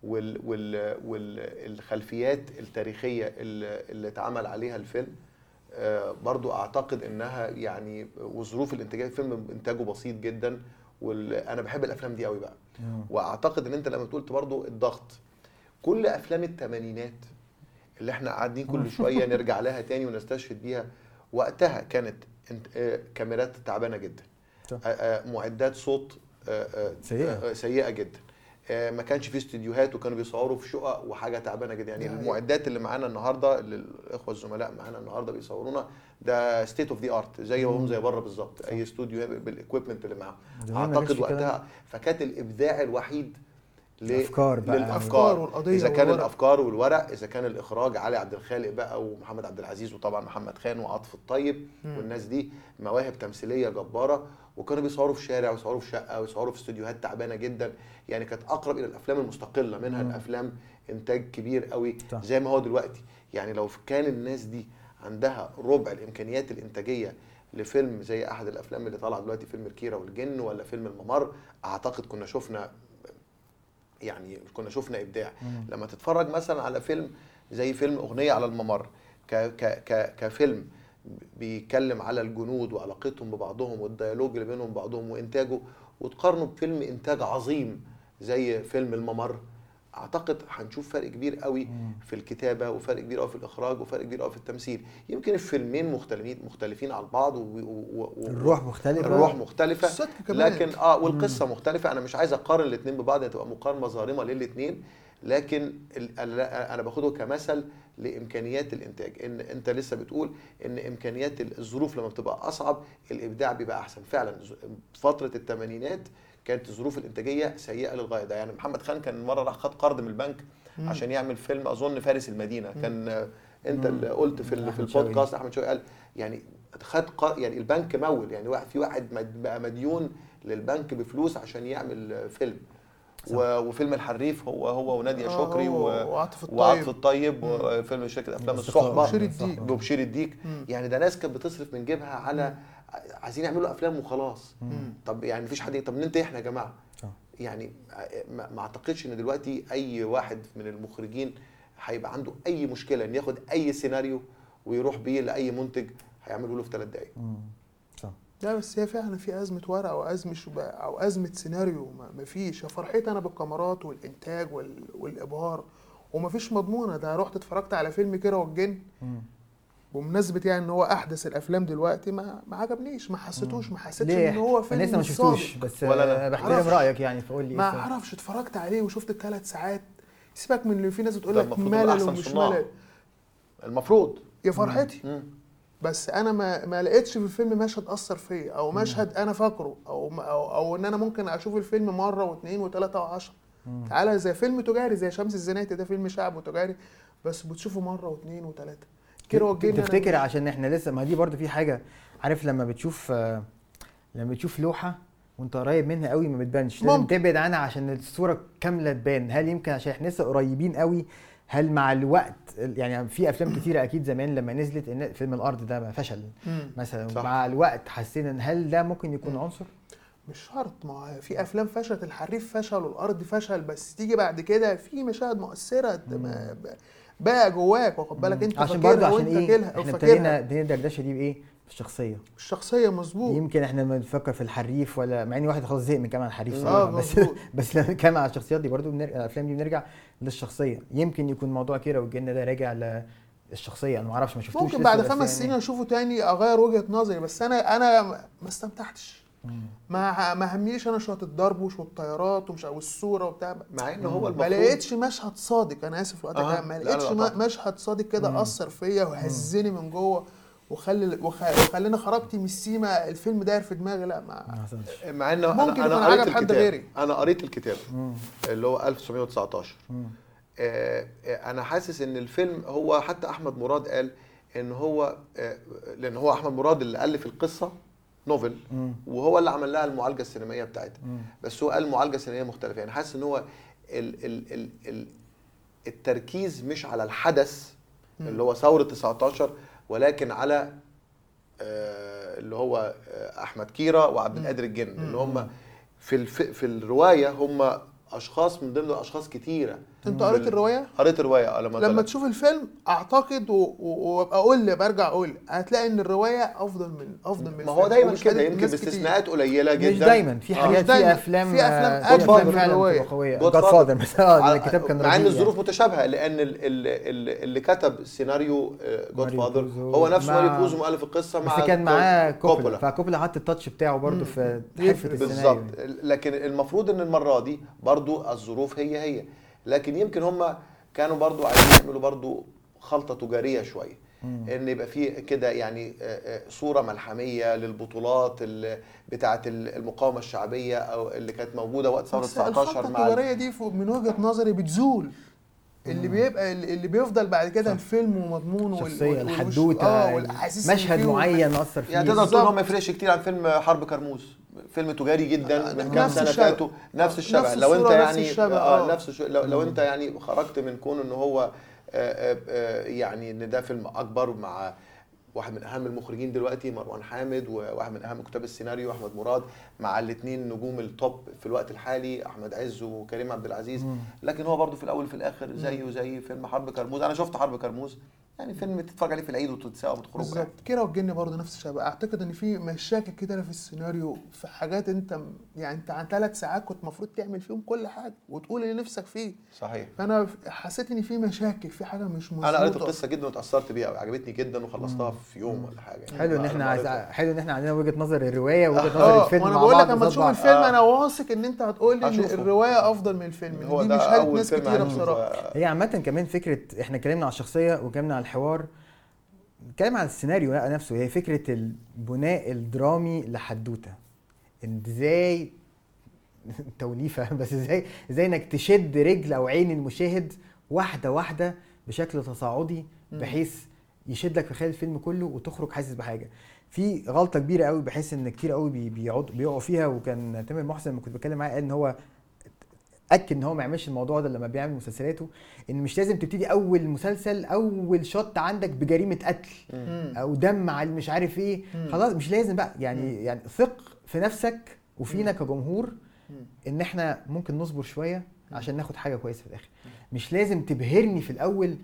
والخلفيات التاريخية اللي اتعمل عليها الفيلم، برضو اعتقد انها يعني، وظروف الانتاج الفيلم انتاجه بسيط جدا، وانا بحب الافلام دي قوي بقى. واعتقد ان انت لما قلت برضو الضغط، كل افلام الثمانينات اللي احنا قاعدين كل شويه نرجع لها تاني ونستشهد بيها، وقتها كانت كاميرات تعبانه جدا، معدات صوت سيئه جدا، ما كانش فيه استديوهات وكانوا بيصوروا في شقق وحاجه تعبانه جدا. يعني المعدات اللي معانا النهارده، اللي الاخوه الزملاء معانا النهارده بيصورونا، ده ستيت اوف ذا ارت، زيهم زي بره بالظبط، اي استوديو بالاكويبمنت اللي معاهم. اعتقد وقتها فكانت الابداع الوحيد الأفكار بقى. الأفكار والقضية اذا كان والورق. الافكار والورق، اذا كان الاخراج علي عبد الخالق بقى ومحمد عبد العزيز وطبعا محمد خان وعاطف الطيب والناس دي مواهب تمثيليه جباره، وكانوا بيصوروا في شارع ويصوروا في شقه ويصوروا في استوديوهات تعبانه جدا، يعني كانت اقرب الى الافلام المستقله منها الافلام انتاج كبير قوي صح. زي ما هو دلوقتي. يعني لو كان الناس دي عندها ربع الامكانيات الانتاجيه لفيلم زي احد الافلام اللي طالعه دلوقتي، فيلم الكيرة والجن ولا فيلم الممر، اعتقد كنا شفنا ابداع. لما تتفرج مثلا على فيلم زي فيلم اغنيه على الممر كفيلم بيتكلم على الجنود وعلاقتهم ببعضهم والديالوج اللي بينهم بعضهم وانتاجه، وتقارنه بفيلم انتاج عظيم زي فيلم الممر، اعتقد هنشوف فرق كبير قوي في الكتابه، وفرق كبير قوي في الاخراج، وفرق كبير قوي في التمثيل. يمكن الفيلمين مختلفين عن بعض الروح مختلفه، الروح مختلفه، الصدق كمان. لكن والقصه مختلفه. انا مش عايز اقارن الاثنين ببعض، تبقى مقارنه ظالمه للاثنين، لكن انا باخده كمثل لامكانيات الانتاج. ان انت لسه بتقول ان امكانيات الظروف لما بتبقى اصعب الابداع بيبقى احسن. فعلا فتره الثمانينات كانت الظروف الانتاجيه سيئه للغايه. ده يعني محمد خان كان مره راح خد قرض من البنك عشان يعمل فيلم اظن فارس المدينه. كان انت اللي قلت في البودكاست، احمد شوقي قال يعني يعني البنك مول، يعني في واحد بقى مديون للبنك بفلوس عشان يعمل فيلم. وفيلم الحريف هو وناديه شكري وعاطف الطيب، وفيلم شركه افلام الصحبه وبشير الديك. يعني ده ناس كانت بتصرف من جيبها على عايزين يعملوا افلام وخلاص. طب يعني مفيش حد، طب ننتهي احنا يا جماعه. يعني ما اعتقدش ان دلوقتي اي واحد من المخرجين هيبقى عنده اي مشكله ان ياخد اي سيناريو ويروح بيه لاي منتج هيعمله له في 3 دقائق. لا بس هي فعلا في ازمه ورق او ازمه سيناريو. ما فيش. يا فرحتي انا بالكاميرات والانتاج والابهار، وما فيش مضمونه. ده رحت اتفرجت على فيلم كيرة والجن بمناسبه يعني ان هو احدث الافلام دلوقتي، ما عجبنيش، ما حسيتوش، ما حسيتش ان هو فيلم. انا لسه ما شفتوش، بس ولا بحترم رايك يعني، فقول لي ما اعرفش. اتفرجت عليه وشفت ال3 ساعات. سيبك من اللي في ناس بتقول لك ملل ومش ملل، المفروض يا فرحتي. بس انا ما لقيتش في الفيلم مشهد اثر فيا، او مشهد انا فاكره، او ان انا ممكن اشوف الفيلم مره واثنين وثلاثه وعشرة. تعالى زي فيلم تجاري زي شمس الزناتي، ده فيلم شعب وتجاري بس بتشوفه مره واثنين وثلاثه. تفتكر عشان احنا لسه، ما دي برضو في حاجه، عارف لما بتشوف لوحه وانت قريب منها قوي ما بتبانش، لازم تبعد عنها عشان الصوره كامله تبان. هل يمكن عشان احنا لسه قريبين قوي؟ هل مع الوقت يعني في افلام كتيره اكيد زمان لما نزلت ان فيلم الارض ده فشل مثلا، مع الوقت حسينا هل ده ممكن يكون عنصر؟ مش شرط. ما في افلام فشلت، الحريف فشل والارض فشل، بس تيجي بعد كده في مشاهد مؤثره بقى جواك، واخد بالك انت عشان برضه عشان ايه احنا ابتدينا الدردشه دي بايه؟ الشخصيه مظبوط. يمكن احنا بنفكر في الحريف، ولا مع ان واحد خلاص زهق من كلام الحريف صراحه، بس لما نتكلم على الشخصيات دي برضه الافلام دي بنرجع للشخصيه. يمكن يكون موضوع كيرة والجن ده راجع للشخصيه. انا ما اعرفش، ما شفتوش ممكن بعد 5 سنين اشوفه تاني اغير وجهه نظري، بس انا ما استمتعتش. ما همنيش انا شويه الضرب وشويه الطيارات والصوره وبتاع، مع ان هو ما لقيتش مشهد صادق. انا اسف الوقت ده ما لقيتش مشهد صادق كده اثر فيا وهزني من جوه وخلينا خرجتي من السيما. الفيلم داير في دماغي. لا مع انه ممكن انا قريت حد غيري. انا قريت الكتاب اللي هو 1919. انا حاسس ان الفيلم، هو حتى احمد مراد قال ان هو لان هو احمد مراد اللي الف القصه نوفل، وهو اللي عمل لها المعالجه السينمائيه بتاعتها. بس هو قال المعالجه السينمائيه مختلفه. يعني حاسس ان هو التركيز مش على الحدث اللي هو ثوره 19، ولكن على اللي هو احمد كيرة وعبد القادر الجن، اللي هم في الروايه هم اشخاص من ضمن اشخاص كتيره. انت قريت الروايه؟ قريت الروايه. لما تشوف الفيلم اعتقد وابقى برجع اقول هتلاقي ان الروايه افضل من ما هو دايما كده، يمكن باستثناءات قليله جدا. مش دايما، في حاجات في افلام فعلا قويه. جود فاذر مثلا الكتاب كان مع ان الظروف متشابهه، لان اللي كتب سيناريو جود فاذر هو نفسه ماري بوزو مؤلف القصه، بس كان معاه كوبولا، فكوبولا حط التاتش بتاعه برضو في حرفه السيناريو بالظبط. لكن المفروض ان المره دي برضو الظروف هي، لكن يمكن هم كانوا برضو عايزين يعملوا برضو خلطة تجارية شوية. ان يبقى فيه كده يعني صوره ملحميه للبطولات بتاعه المقاومه الشعبيه او اللي كانت موجوده وقت ثوره 19 الخطه التجاريه دي من وجهه نظري بتزول. اللي بيفضل بعد كده الفيلم ومضمونه شخصيه الحدوته مشهد معين اثر فيه. يعني تقدر تقول هو ما يفرقش كتير عن فيلم حرب كرموز، فيلم تجاري جدا من كام سنه فاتوا، نفس الشبه. لو انت يعني لو انت يعني خرجت من كون ان هو يعني ان ده فيلم اكبر مع واحد من اهم المخرجين دلوقتي مروان حامد، وواحد من اهم كتاب السيناريو احمد مراد، مع الاثنين نجوم التوب في الوقت الحالي احمد عز وكريم عبد العزيز، لكن هو برضو في الاول وفي الاخر زيه زي فيلم حرب كرموز. انا شفت حرب كرموز، يعني فيلم تتفرج عليه في العيد وتتساوى وتخرج بالظبط كده. والجن برضه نفس الشبه. اعتقد ان في مشاكل كده في السيناريو، في حاجات انت يعني انت عن 3 ساعات كنت المفروض تعمل فيهم كل حاجه وتقول اللي نفسك فيه. صحيح. فانا حسيت ان في مشاكل، في حاجه مش مظبوطه. انا قريت القصه جدا واتاثرت بيها وعجبتني جدا وخلصتها في يوم ولا حاجه يعني. حلو ان احنا عندنا وجهه نظر الروايه ووجهه نظر الفيلم وانا مع بقول بعض. لك لما تشوف الفيلم انا واثق ان انت هتقول لي ان الروايه افضل من الفيلم. دي مش حاجه ناس كتيره بصراحه. هي عامه كمان فكره، احنا اتكلمنا عن الشخصيه واتكلمنا عن الحوار، نتكلم عن السيناريو نفسه. هي فكره البناء الدرامي لحدوته، ازاي توليفه بس ازاي انك تشد رجل او عين المشاهد واحده واحده بشكل تصاعدي بحيث يشدك في خلال الفيلم كله وتخرج حاسس بحاجه. في غلطه كبيره قوي بحس ان كتير قوي بيقعوا فيها، وكان تامر محسن لما كنت بتكلم معاه قال ان هو اكد ان هو ما يعملش الموضوع ده لما بيعمل مسلسلاته، ان مش لازم تبتدي اول مسلسل اول شوت عندك بجريمه قتل او دم على مش عارف ايه. خلاص مش لازم بقى يعني ثق في نفسك وفينا كجمهور ان احنا ممكن نصبر شويه عشان ناخد حاجه كويسه في الاخر. مش لازم تبهرني في الاول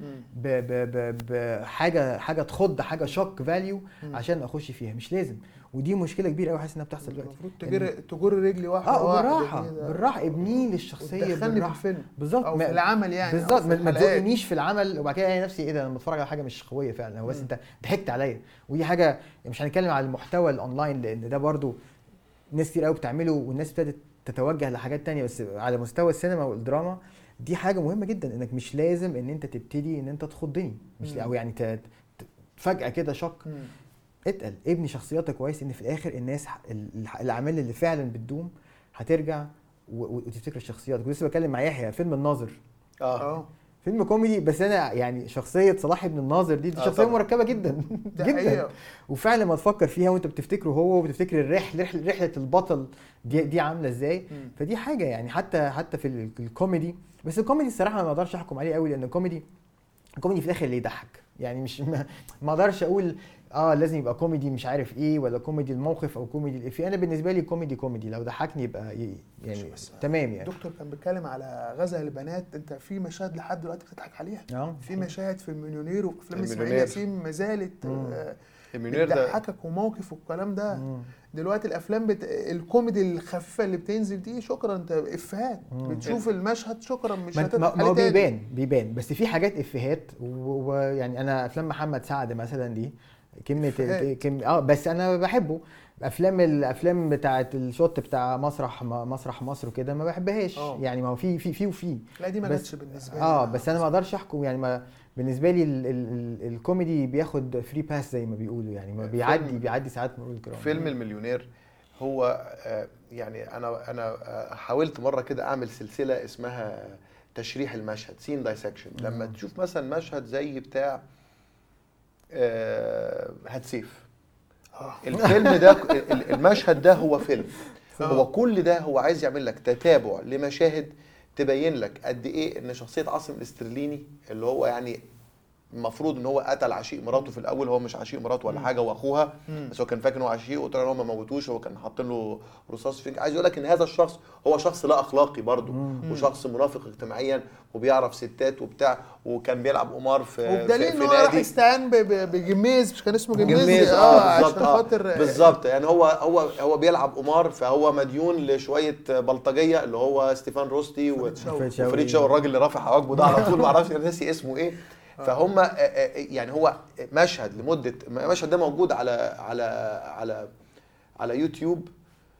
بحاجه تخض، حاجه شوك فاليو عشان اخش فيها، مش لازم. ودي مشكله كبيره قوي حاسس انها بتحصل دلوقتي. المفروض تجر رجلي واحده بالراحه ابني للشخصيه بالراحه في الفيلم بالظبط او في العمل يعني بالظبط. ما تزقنيش في العمل وبعد كده الاقي نفسي ايه ده انا بتفرج على حاجه مش قويه فعلا، هو بس انت ضحكت عليا. ودي حاجه مش هنتكلم على المحتوى الاونلاين لان ده برضو ناس كتير قوي بتعمله والناس ابتدت تتوجه لحاجات تانية، بس على مستوى السينما والدراما دي حاجه مهمه جدا، انك مش لازم ان انت تبتدي ان انت تخضني مش او يعني فجاه كده شوك. اتقل ابني شخصياتك كويس، ان في الاخر الناس الاعمال اللي فعلا بتدوم هترجع وتفتكر الشخصيات. كنت لسه بتكلم مع يحيى فيلم الناظر فيلم كوميدي، بس انا يعني شخصيه صلاح ابن الناظر دي شخصيه مركبه جدا جدا، وفعلا ما تفكر فيها وانت بتفتكره هو وبتفتكر رحله البطل دي عامله ازاي. فدي حاجه يعني حتى في الكوميدي، بس الكوميدي الصراحه ما اقدرش احكم عليه قوي لان الكوميدي في الاخر اللي يضحك يعني. مش ما اقدرش اقول لازم يبقى كوميدي مش عارف ايه ولا كوميدي الموقف او كوميدي الافيه. انا بالنسبه لي كوميدي لو ضحكني يبقى يعني تمام يعني. الدكتور كان بيتكلم على غزل البنات، انت في مشاهد لحد دلوقتي بتضحك عليها. في مشاهد في المليونير وافلام اسماعيل ياسين ما زالت بتضحكك وموقف والكلام ده. دلوقتي الافلام الكوميدي الخفيفه اللي بتنزل دي شكرا انت افيهات بتشوف المشهد شكرا مش هتضحك عليه تاني. بيبان بس في حاجات افيهات ويعني انا افلام محمد سعد مثلا دي بس انا بحبه. الافلام بتاعه الشوت بتاع مسرح مصر وكده ما بحبهاش يعني. ما هو في وفي لا دي ما جاتش بالنسبه لي بس انا ما اقدرش احكم يعني. ما بالنسبه لي الكوميدي بياخد فري باس زي ما بيقولوا يعني، ما بيعدي ساعات مرور الكرام. فيلم المليونير هو يعني انا حاولت مره كده اعمل سلسله اسمها تشريح المشهد سين دايسكشن. لما تشوف مثلا مشهد زي بتاع هتسيف الفيلم ده المشهد ده هو فيلم هو كل ده هو عايز يعمل لك تتابع لمشاهد تبين لك قد ايه ان شخصيه عاصم الاسترليني اللي هو يعني المفروض ان هو قتل عشيق مراته في الاول، هو مش عشيق مراته ولا حاجه واخوها بس هو كان فاكر ان هو عشيق وطلع ان هو ما موتوش، هو كان حاطين له رصاص فيه. عايز يقول لك ان هذا الشخص هو شخص لا اخلاقي برضه وشخص منافق اجتماعيا وبيعرف ستات وبتاع، وكان بيلعب قمار في نادي راح يستعان بجميز، مش كان اسمه جميز بالظبط يعني هو بيلعب قمار، فهو مديون لشويه بلطجيه اللي هو ستيفان روستي وفريد شوقي الراجل اللي رافع حواجبه ده على طول ما اعرفش ناسي اسمه ايه. فهم يعني هو مشهد لمده المشهد ده موجود على يوتيوب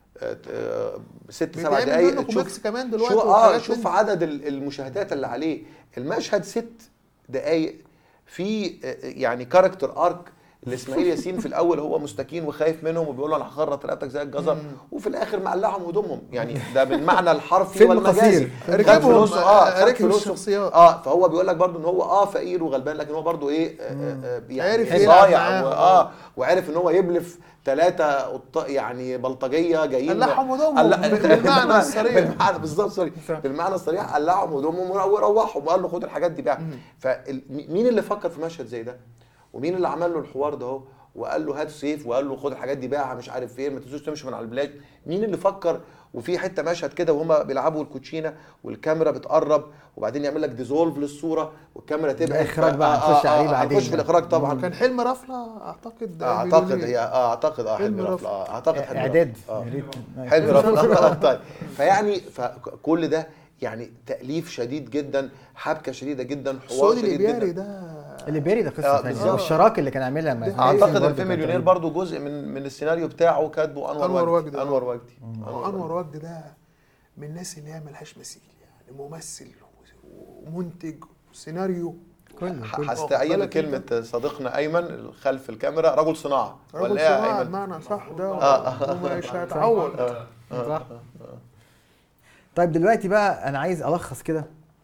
6-7 دقايق. شوف كمان دلوقتي شوف عدد المشاهدات اللي عليه. المشهد 6 دقايق في يعني كاركتر ارك لاسماعيل ياسين. في الاول هو مستكين وخايف منهم وبيقول له انا هخرط رقبتك زي الجزر، وفي الاخر مقلعهم هدومهم، يعني ده بالمعنى الحرفي والمجازي. ركبهم ركب الشخصيات. فهو بيقول لك برضو ان هو فقير وغلبان، لكن هو برضو عارف يعني ضايع وعارف ان هو يبلف 3 يعني بلطجيه جايين قلعهم هدومهم بالمعنى الصريح. بالظبط سوري، بالمعنى الصريح قلعهم هدومهم وروحهم وقال له خد الحاجات دي بقى. فمين اللي فكر في مشهد زي ده؟ ومين اللي عمل له الحوار ده اهو وقال له هات سيف وقال له خد الحاجات دي باعها مش عارف فين، ما تنسوش تمشي من على البلاج؟ مين اللي فكر؟ وفي حته مشهد كده وهما بيلعبوا الكوتشينه والكاميرا بتقرب وبعدين يعمل لك ديزولف للصوره والكاميرا تبقى اخراج بقى هنخش عليه بعدين. هنخش في الاخراج طبعا. كان حلم رفله اعتقد. حلم رفله اعتقد حلم اعداد حلم رفله. طيب فيعني فكل ده يعني تأليف شديد جدا، حبكه شديده جدا، حوار شديد جدا. الإبياري ده قصه ثانيه، والشراكه اللي كان عاملها مع اعتقد الفيلم مليونير برضو جزء من السيناريو بتاعه كاتبه انور وجدي. انور وجدي ده من الناس اللي هي ملهاش مثيل، يعني ممثل ومنتج وسيناريو. هستعين كلمه صديقنا ايمن خلف الكاميرا، رجل صناعه ولا ايه ايمن؟ معنى صح ده ومش هيتعوض. صح. طيب دلوقتي بقى انا عايز الخص كده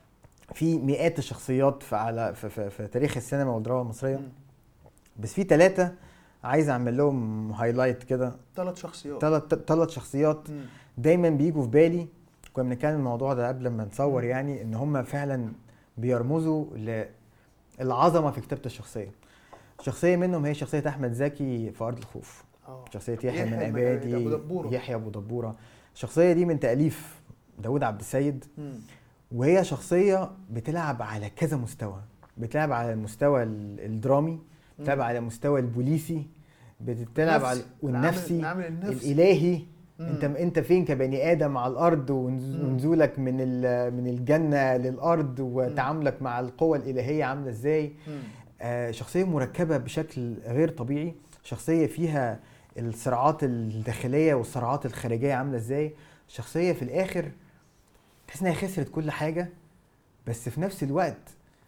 في مئات الشخصيات في تاريخ السينما والدراما المصريه، بس في 3 عايز اعمل لهم هايلايت كده. 3 شخصيات. 3 شخصيات دايما بيجوا في بالي. كنا بنتكلم الموضوع ده قبل ما نصور، يعني ان هم فعلا بيرمزوا للعظمه في كتابه الشخصيه. شخصيه منهم هي شخصيه احمد زكي في ارض الخوف، شخصيه يحيى المنقبادي، يحيى ابو دبوره. الشخصيه دي من تاليف داود عبد السيد، وهي شخصيه بتلعب على كذا مستوى. بتلعب على المستوى الدرامي، بتلعب على المستوى البوليسي، بتلعب على والنفسي الالهي. انت فين كبني ادم على الارض، ونزولك من الجنه للارض، وتعاملك مع القوى الالهيه عامله ازاي. شخصيه مركبه بشكل غير طبيعي، شخصيه فيها الصراعات الداخليه والصراعات الخارجيه عامله ازاي. شخصيه في الاخر تحس انها خسرت كل حاجه، بس في نفس الوقت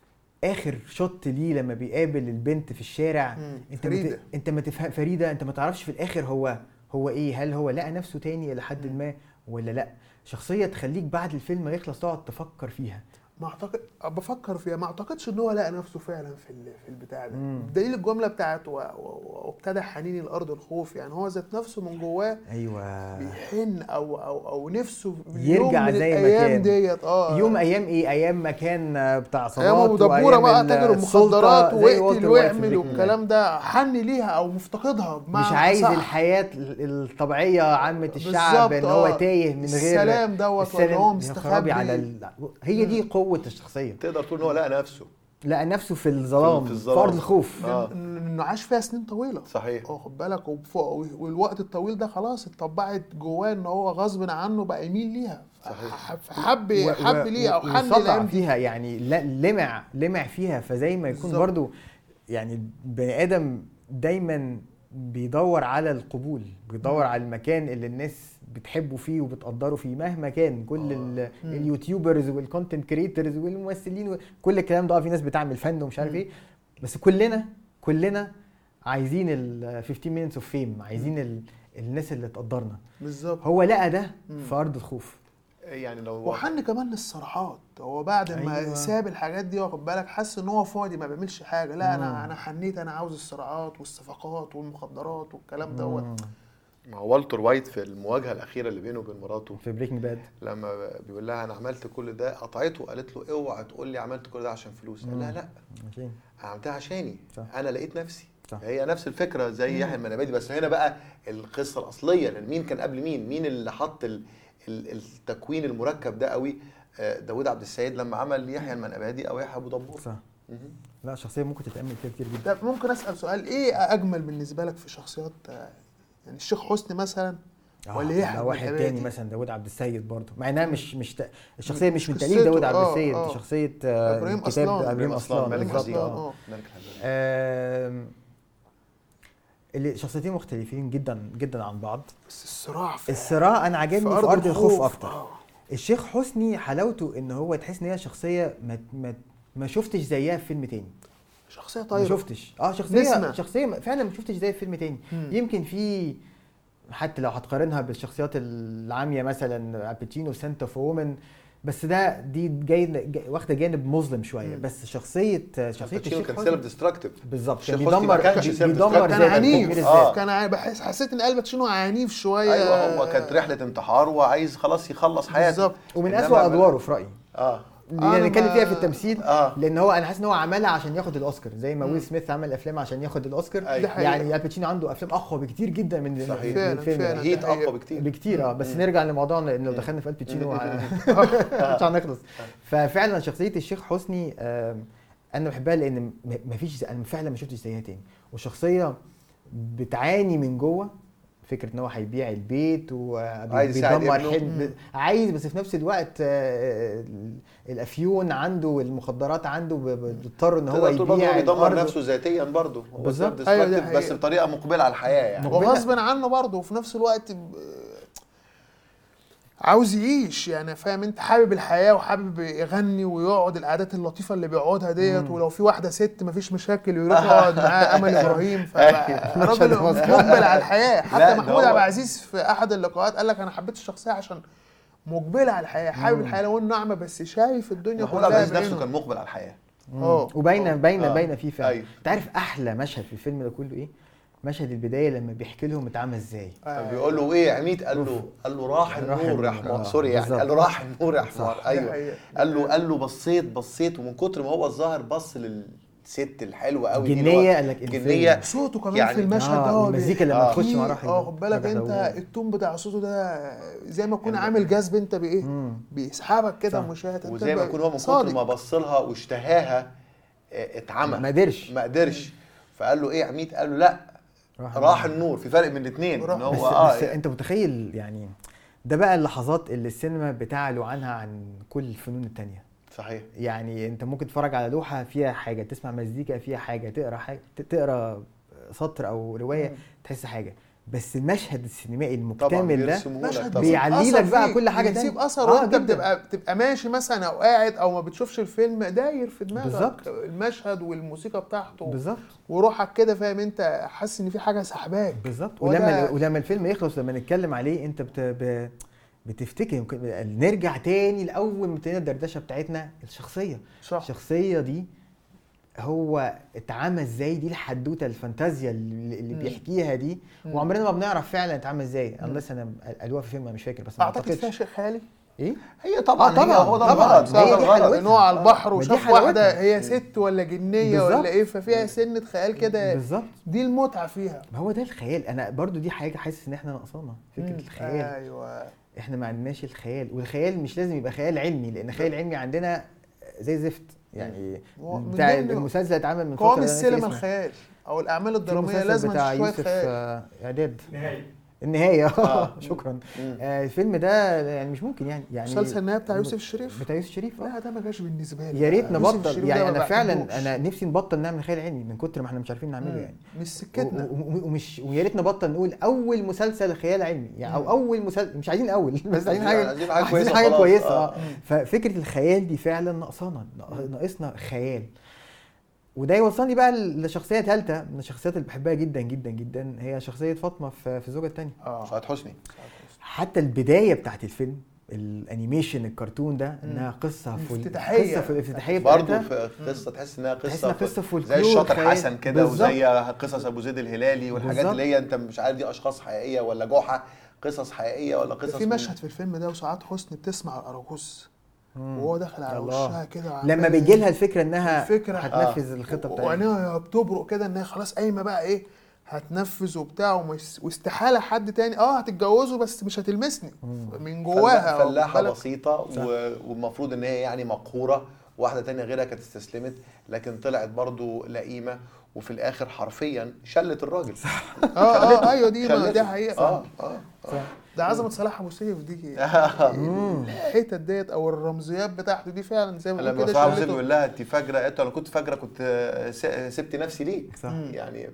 اخر شوت ليه لما بيقابل البنت في الشارع، انت ما تفهم فريده، انت ما تعرفش في الاخر هو ايه، هل هو لقى نفسه تاني لحد ما ولا لا. شخصيه تخليك بعد الفيلم ما يخلص تقعد تفكر فيها. ما اعتقد بفكر فيها، ما اعتقدش ان هو لقى نفسه فعلا في البتاع ده. دليل الجمله بتاعته وابتدى حنيني الارض الخوف، يعني هو ذات نفسه من جواه ايوه بيحن او نفسه يرجع زي ما كان ديت. يوم ايام ايه، ايام ما كان بتاع صباط، ايام ابو دبوره بقى تاجر المخدرات ويقتل ويعمل والكلام ده، حن ليها او مفتقدها، مش عايز الحياه الطبيعيه عامه الشعب، ان هو تايه من غير السلام دوت، ولا هو مستخبي على هي دي قوه الشخصيه. تقدر تقول ان هو لقى نفسه في الظلام، في ارض الخوف، انه عاش فيها سنين طويله. صحيح. خد بالك، والوقت الطويل ده خلاص اتطبعت جواه ان هو غصب عنه بقى يميل ليها. صحيح. حب ليها او حن لها فيها، يعني لمع فيها. فزي ما يكون برضو يعني بني ادم دايما بيدور على القبول، بيدور على المكان اللي الناس بتحبه فيه وبتقدره فيه مهما كان. كل اليوتيوبرز والكونتنت كريتورز والممثلين كل الكلام ده، في ناس بتعمل فن ومش عارف ايه، بس كلنا عايزين ال 15 minutes of fame، عايزين الناس اللي تقدرنا. بالظبط. هو لقى ده في ارض الخوف. يعني لو وحن كمان للصراحات، هو بعد ما ساب الحاجات دي واخد بالك حس ان هو فاضي ما بيعملش حاجه. لا انا حنيت، انا عاوز الصراعات والصفقات والمخدرات والكلام دوت. مع والتر وايت في المواجهه الاخيره اللي بينه وبين مراته في بريكنج باد، لما بيقول لها انا عملت كل ده، قطعته وقالت له اوعى تقول لي عملت كل ده عشان فلوس. قال لها لا، انا عملتها عشاني. انا لقيت نفسي. صح. هي نفس الفكره زي يحيى المنقبادي، بس هنا بقى القصه الاصليه، لان مين كان قبل مين اللي حط التكوين المركب ده قوي. داود عبد السيد لما عمل يحيى المنقبادي او يحيى ابو دبور. صح. لا شخصيه ممكن تتامل فيها كتير جدا. طب ممكن اسال سؤال، ايه اجمل بالنسبه لك في شخصيات، يعني الشيخ حسني مثلا ولا يحيى واحد تاني مثلا داود عبد السيد برضه، مع انها الشخصيه مش من تأليف دابود عبد السيد، شخصيه كتاب ابراهيم اصلان بالظبط. اللي شخصيتين مختلفين جدا جدا عن بعض، بس الصراع انا عجبني في ارض الخوف اكتر. الشيخ حسني حلاوته ان هو تحس ان هي شخصيه ما شفتش زيها في فيلم تاني. شخصيه ما طيبه. شفتش نسمة. شخصيه فعلا ما شفتش زي فيلم تاني. يمكن في حتى لو هتقارنها بالشخصيات العاميه مثلا الباتشينو سنت اوف وومن، بس دي جاي واخده جانب مظلم شويه. بس شخصيه الباتشينو الشيخ كان حسني سيلف ديستراكتيف بالظبط، كان الشيخ حسني ما كانش self بيدمر destructive. كان ذاته، عنيف. تدمير الذات. كان حسيت ان الباتشينو عنيف شويه. ايوه هو كانت رحله انتحار وعايز خلاص يخلص حياته بالظبط. ومن إنما اسوأ ادواره في رايي اه اللي أنا نتكلم ما- فيها في التمثيل. آه. لان هو انا حاسس ان هو عملها عشان ياخد الاوسكار، زي ما ويل سميث عمل افلام عشان ياخد الاوسكار. أيوة. دي حقيقة. يعني الباتشينو عنده افلام اقوى بكتير جدا من صحيح. من فعلاً، الفيلم فعلاً. ده. هيت حقيقة. اقوى بكتير بكتير. بس نرجع لموضوعنا، لان لو دخلنا في الباتشينو مش هنخلص. ففعلا شخصيه الشيخ حسني انا بحبها لان مفيش، انا فعلا ما شفتش زيها تاني. وشخصيه بتعاني من جوه فكره ان هو هيبيع البيت عايز يساعد وبيدمر ابنه. حلم، عايز، بس في نفس الوقت الافيون عنده والمخدرات عنده بيضطر ان هو تقدر تقول برضه يبيع هو بيدمر الأرض. نفسه ذاتيا برضه هو بالظبط. self أيوة، دي destructive بس حقيقة. بطريقه مقبله على الحياه يعني وغصب عنه برضه، وفي نفس الوقت عاوز يعيش يعني، فاهم انت، حابب الحياه وحابب يغني ويقعد القعدات اللطيفه اللي بيقعدها ديت. ولو في واحده ست مفيش مشاكل يروح يقعد معاها امل ابراهيم. فراجل مقبل على الحياه. لا، حتى ده محمود هو- عبد العزيز في احد اللقاءات قال لك انا حبيت الشخصيه عشان مقبله على الحياه، حابب الحياه لو انه اعمى بس شايف الدنيا محمود عبد كلها العزيز نفسه كان بعينه. مقبل على الحياه وباينه آه. باينه فيه فعلا. أيوة. انت عارف احلى مشهد في الفيلم ده كله ايه؟ مشهد البدايه لما بيحكي لهم اتعمل ازاي. بيقول له ايه عميد، قال له راح النور يا حمار. سوري يعني قال له راح النور يا حمار. ايوه قال له بصيت ومن كتر ما هو الظاهر بص للست الحلوه قوي جنيه، قال لك جنيه صوته كمان يعني في المشهد ده والمزيكا لما تخش مع راح خد بالك انت التون بتاع صوته ده زي ما يكون عامل جذب انت بايه، بيسحبك كده المشاهد. وزي ما يكون هو من كتر ما بص لها واشتهاها اتعمى، ما قدرش. فقال له ايه عميد، قال له لا راح النور. في فرق بين الاثنين ان هو بس انت متخيل يعني ده بقى اللحظات اللي السينما بتعلو عنها عن كل الفنون التانية. صحيح. يعني انت ممكن تتفرج على لوحة فيها حاجة، تسمع مزيكا فيها حاجة، تقرا سطر او رواية تحس حاجة، بس المشهد السينمائي المكتمل ده بيعلي لك بقى كل حاجة تانية، بيسيب اثر. وانت بتبقى ماشي مثلا او قاعد او ما بتشوفش الفيلم داير في دماغك بالزبط. المشهد والموسيقى بتاعته بالظبط، وروحك كده فاهم انت، حاسس ان في حاجه سحباك بالظبط. ولما الفيلم يخلص، لما نتكلم عليه انت بتفتكر نرجع تاني لاول ما ابتدينا الدردشه بتاعتنا، الشخصيه صح. الشخصيه دي هو اتعمل ازاي، دي الحدوته الفانتازيا اللي بيحكيها دي، وعمرنا ما بنعرف فعلا اتعمل ازاي unless انا قالوها في فيلم انا مش فاكر، بس ما اعتقد فيها شيء خيالي. ايه هي طبعا طبعا هو ده طبعا الغرض ان هو على البحر وشاف واحده هي ست ولا جنيه بالزبط. ولا ايه، ففيها سنه خيال كده بالظبط. دي المتعه فيها. ما هو ده الخيال. انا برضو دي حاجه حاسس ان احنا ناقصانا فكره الخيال. ايوه احنا ما عندناش الخيال، والخيال مش لازم يبقى خيال علمي، لان خيال علمي عندنا زي زفت يعني. بتاع المسلسل اتعمل من فتره، قوام السينما الخيال او الاعمال الدراميه لازم شويه خيال. اعداد النهايه شكرا. الفيلم ده يعني مش ممكن يعني مسلسل النهايه بتاع يوسف الشريف. بتاع يوسف الشريف لا ده ما جاش بالنسبه لي. يا ريت نبطل يعني. انا فعلا انا نفسي نبطل نعمل خيال علمي من كتر ما احنا مش عارفين نعمله يعني. مش سكتنا. ويا ريت نبطل نقول اول مسلسل خيال علمي يعني، او اول مسلسل، مش عايزين اول بس عايزين حاجه كويسه. ففكره الخيال دي فعلا ناقصنا خيال. وده يوصلني بقى لشخصيه ثالثه من الشخصيات اللي بحبها جدا جدا جدا، هي شخصيه فاطمه في الزوجه الثانيه، سعاد حسني. حتى البدايه بتاعت الفيلم الانيميشن الكرتون ده انها قصه افتتاحيه، قصه في الافتتاحيه برضه في قصه تحس انها قصه زي الشاطر حسن كده، وزي قصص ابو زيد الهلالي والحاجات اللي هي انت مش عارف دي اشخاص حقيقيه ولا جحا، قصص حقيقيه ولا قصص. في مشهد في الفيلم ده وسعاد حسني بتسمع الاراجوز وهو داخل على وشها كده، لما بيجي لها الفكره انها هتنفذ الخطه بتاعتها، وعينيها بتبرق كده انها خلاص قايمه بقى ايه هتنفذ وبتاع، واستحاله حد تاني هتتجوزه بس مش هتلمسني من جواها. فلاحه بسيطه والمفروض ان هي يعني مقهوره، واحده تانية غيرها كانت استسلمت، لكن طلعت برضو لئيمه، وفي الاخر حرفيا شلت الراجل. ايوه دي حقيقه. ده عظمه صلاح ابو سيف دي. الحته ديت او الرمزيات بتاعته دي فعلا زي ما لما كده صلاح ابو سيف بيقول لها انت فاجره، قالت له انا كنت فاجره، كنت سبت نفسي ليك يعني.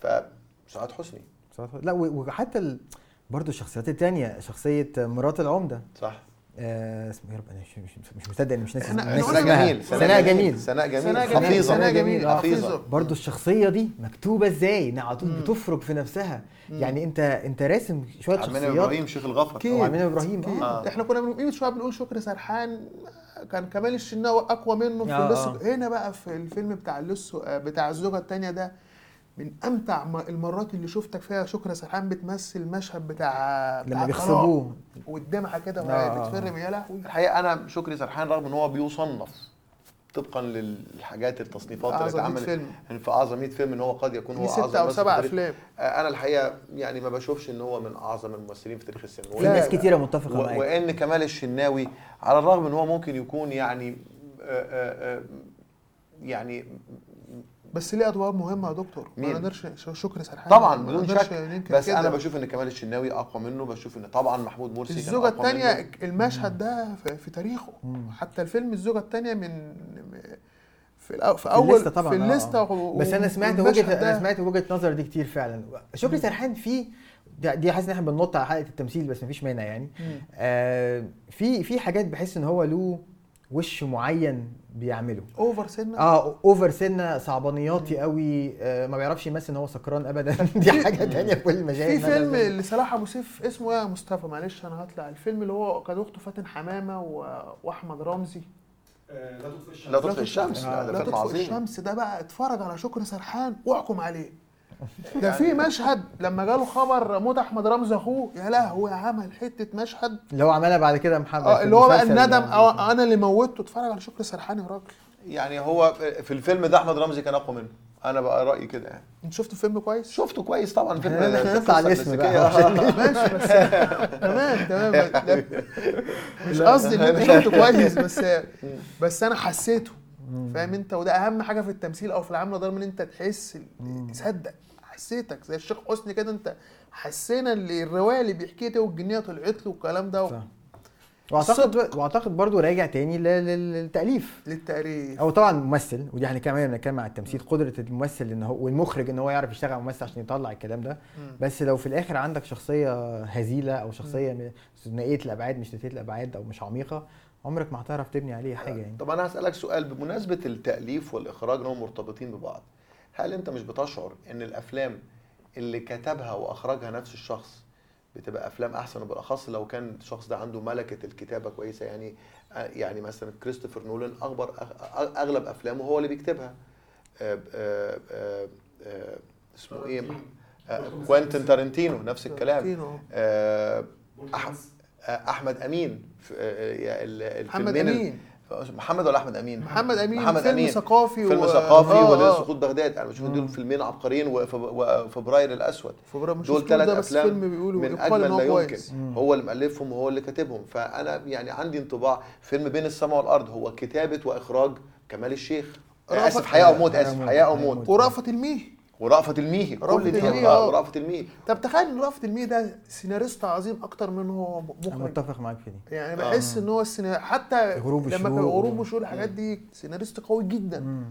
فسعاد حسني لا، وحتى برضو الشخصيات التانية، شخصيه مرات العمده صح، اسمه ايه يا رب، انا مش مصدق اني مش ناسي إحنا ناسي قلنا اسمها. سناء جميل. سناء جميل سناء جميل. حفيظه. سناء جميل. حفيظه. برضو الشخصيه دي مكتوبه ازاي، انها على طول بتفرج في نفسها. يعني انت راسم شويه عمنا شخصيات. ابراهيم شيخ الغفر. وعمنا ابراهيم. احنا كنا من قيمه شويه بنقول شكري سرحان كان كمال الشناوي اقوى منه في اللص. هنا بقى في الفيلم بتاع اللص بتاع الزوجه الثانيه ده من امتع المرات اللي شفتك فيها شكري سرحان بتمثل المشهد بتاع لما بيخصبوه والدمعه كده وهي بتفرم. يا لهوي الحقيقه انا شكري سرحان رغم ان هو بيصنف طبقا للحاجات التصنيفات اللي اتعملت في اعظم 100 فيلم ان هو قد يكون هو اعظم 6 أو 7 افلام. انا الحقيقه يعني ما بشوفش ان هو من اعظم الممثلين في تاريخ السينما. في ناس كتيره متفقه معاك. وان كمال الشناوي على الرغم ان هو ممكن يكون يعني بس ليه ادوار مهمه يا دكتور. ما نقدرش شكري سرحان طبعا بدون شك، بس كده. انا بشوف ان كمال الشناوي اقوى منه. بشوف ان طبعا محمود مرسي الزوجه الثانيه المشهد ده في تاريخه. حتى الفيلم الزوجه الثانيه من في اول طبعا في الليسته. بس انا سمعت وجهه نظر دي كتير فعلا. شكري سرحان دي حاسس ان احنا بننط على حلقه التمثيل بس مفيش مانع يعني. في حاجات بحس ان هو له وش معين بيعمله اوفر سنه صعبانياتي قوي. ما بيعرفش يمثل ان هو سكران ابدا. دي حاجه تانية في كل المشاهد. في فيلم لصلاح ابو سيف اسمه ايه يا مصطفى، معلش انا هطلع. الفيلم اللي هو كان اخته فاتن حمامه واحمد رمزي، لا تطفئ الشمس. لا تطفئ الشمس ده بقى اتفرج على شكري سرحان واحكم عليه. ده في مشهد لما جاله خبر موت احمد رمزي اخوه، يا لهوي عمل حته مشهد اللي هو عملها بعد كده محمد اللي هو بقى الندم انا اللي موتته. اتفرج على شكري سرحان يا راجل. يعني هو في الفيلم ده احمد رمزي كان اقوى منه. انا بقى رايي كده يعني. انت شفت الفيلم كويس؟ شفته كويس طبعا. فيلم نطلع على الاسم بقى. ماشي بس تمام مش قصدي ان انت شفته كويس بس انا حسيته. فاهم انت؟ وده اهم حاجه في التمثيل او في العمل ده، ان انت تحس تصدق. حسيتك زي الشيخ حسني كده، انت حسينا اللي الروايه اللي بيحكيها والجنيه طلعت له والكلام ده. واعتقد برضو راجع تاني للتاليف او طبعا ممثل. ودي احنا كمان بنتكلم عن التمثيل، قدره الممثل ان هو والمخرج ان هو يعرف يشتغل ممثل عشان يطلع الكلام ده. بس لو في الاخر عندك شخصيه هزيله او شخصيه ثنائيه الابعاد مش ثلاثيه الابعاد او مش عميقه، عمرك ما هتعرف تبني عليه حاجه يعني. طب انا هسالك سؤال بمناسبه التاليف والاخراج انهم مرتبطين ببعض. هل انت مش بتشعر ان الافلام اللي كتبها واخرجها نفس الشخص بتبقى افلام احسن، وبالاخص لو كان الشخص ده عنده ملكه الكتابه كويسه؟ يعني مثلا كريستوفر نولان اغلب افلامه هو اللي بيكتبها. اسمه ايه؟ كوينتين تارنتينو نفس الكلام. احمد امين محمد ولا احمد امين؟ محمد امين. فيلم ثقافي وليله سقوط بغداد. انا بشوف دول فيلمين عبقريين. وفبراير الاسود دول 3 افلام من اجمل ما يمكن. هو اللي مؤلفهم وهو اللي كاتبهم. فانا يعني عندي انطباع فيلم بين السماء والارض هو كتابه واخراج كمال الشيخ. اسف حياه او موت ورأفت الميهي كل دي ورأفت الميهي. طب تخيل ان رأفت الميهي ده سيناريست عظيم اكتر من هو مخرج. انا متفق معاك في دي. يعني بحس ان هو حتى لما كان غروب وشهور الحاجات دي سيناريست قوي جدا.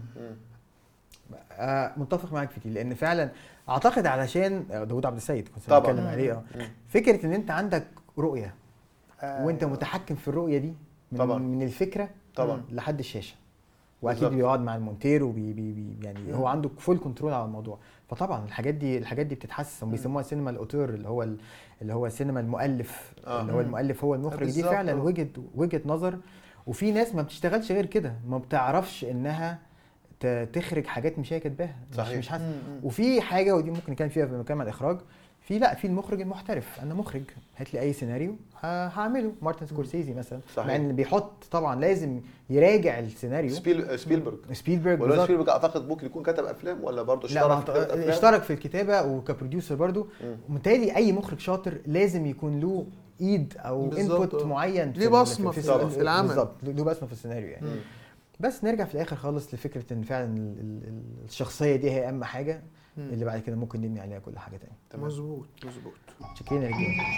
متفق معاك في دي، لان فعلا اعتقد علشان داوود عبد السيد كنت بتكلم عليه. فكره ان انت عندك رؤيه وانت متحكم في الرؤيه دي من الفكره طبعا لحد الشاشه. واكيد بيقعد مع المونتير يعني هو عنده فول كنترول على الموضوع. فطبعا الحاجات دي بتتحسن. بيسموها سينما الاوتور اللي هو سينما المؤلف. اللي هو المؤلف هو المخرج. دي فعلا وجهه نظر. وفي ناس ما بتشتغلش غير كده، ما بتعرفش انها تخرج حاجات مش هي كاتباها، مش حاسه. وفي حاجه ودي ممكن كان فيها في مكان الاخراج، في المخرج المحترف. انا مخرج، هات لي اي سيناريو هعمله. مارتن سكورسيزي مثلا، مع ان بيحط طبعا لازم يراجع السيناريو. سبيلبرج ولا سبيلبرج اعتقد ممكن يكون كتب افلام ولا برضه اشترك في الكتابه وكبروديوسر برضه. وبالتالي اي مخرج شاطر لازم يكون له ايد او انبوت معين، ليه بصمه في العمل. بالظبط، له بصمه في السيناريو يعني. بس نرجع في الاخر خالص لفكره ان فعلا الشخصيه دي هي اهم حاجه. اللي بعد كده ممكن نبني عليها كل حاجه تانية. مظبوط. شكرا يا رجاله.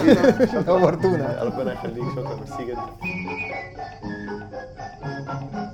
شكرا. نورتونا. ربنا يخليك. شكرا ميرسي جدا.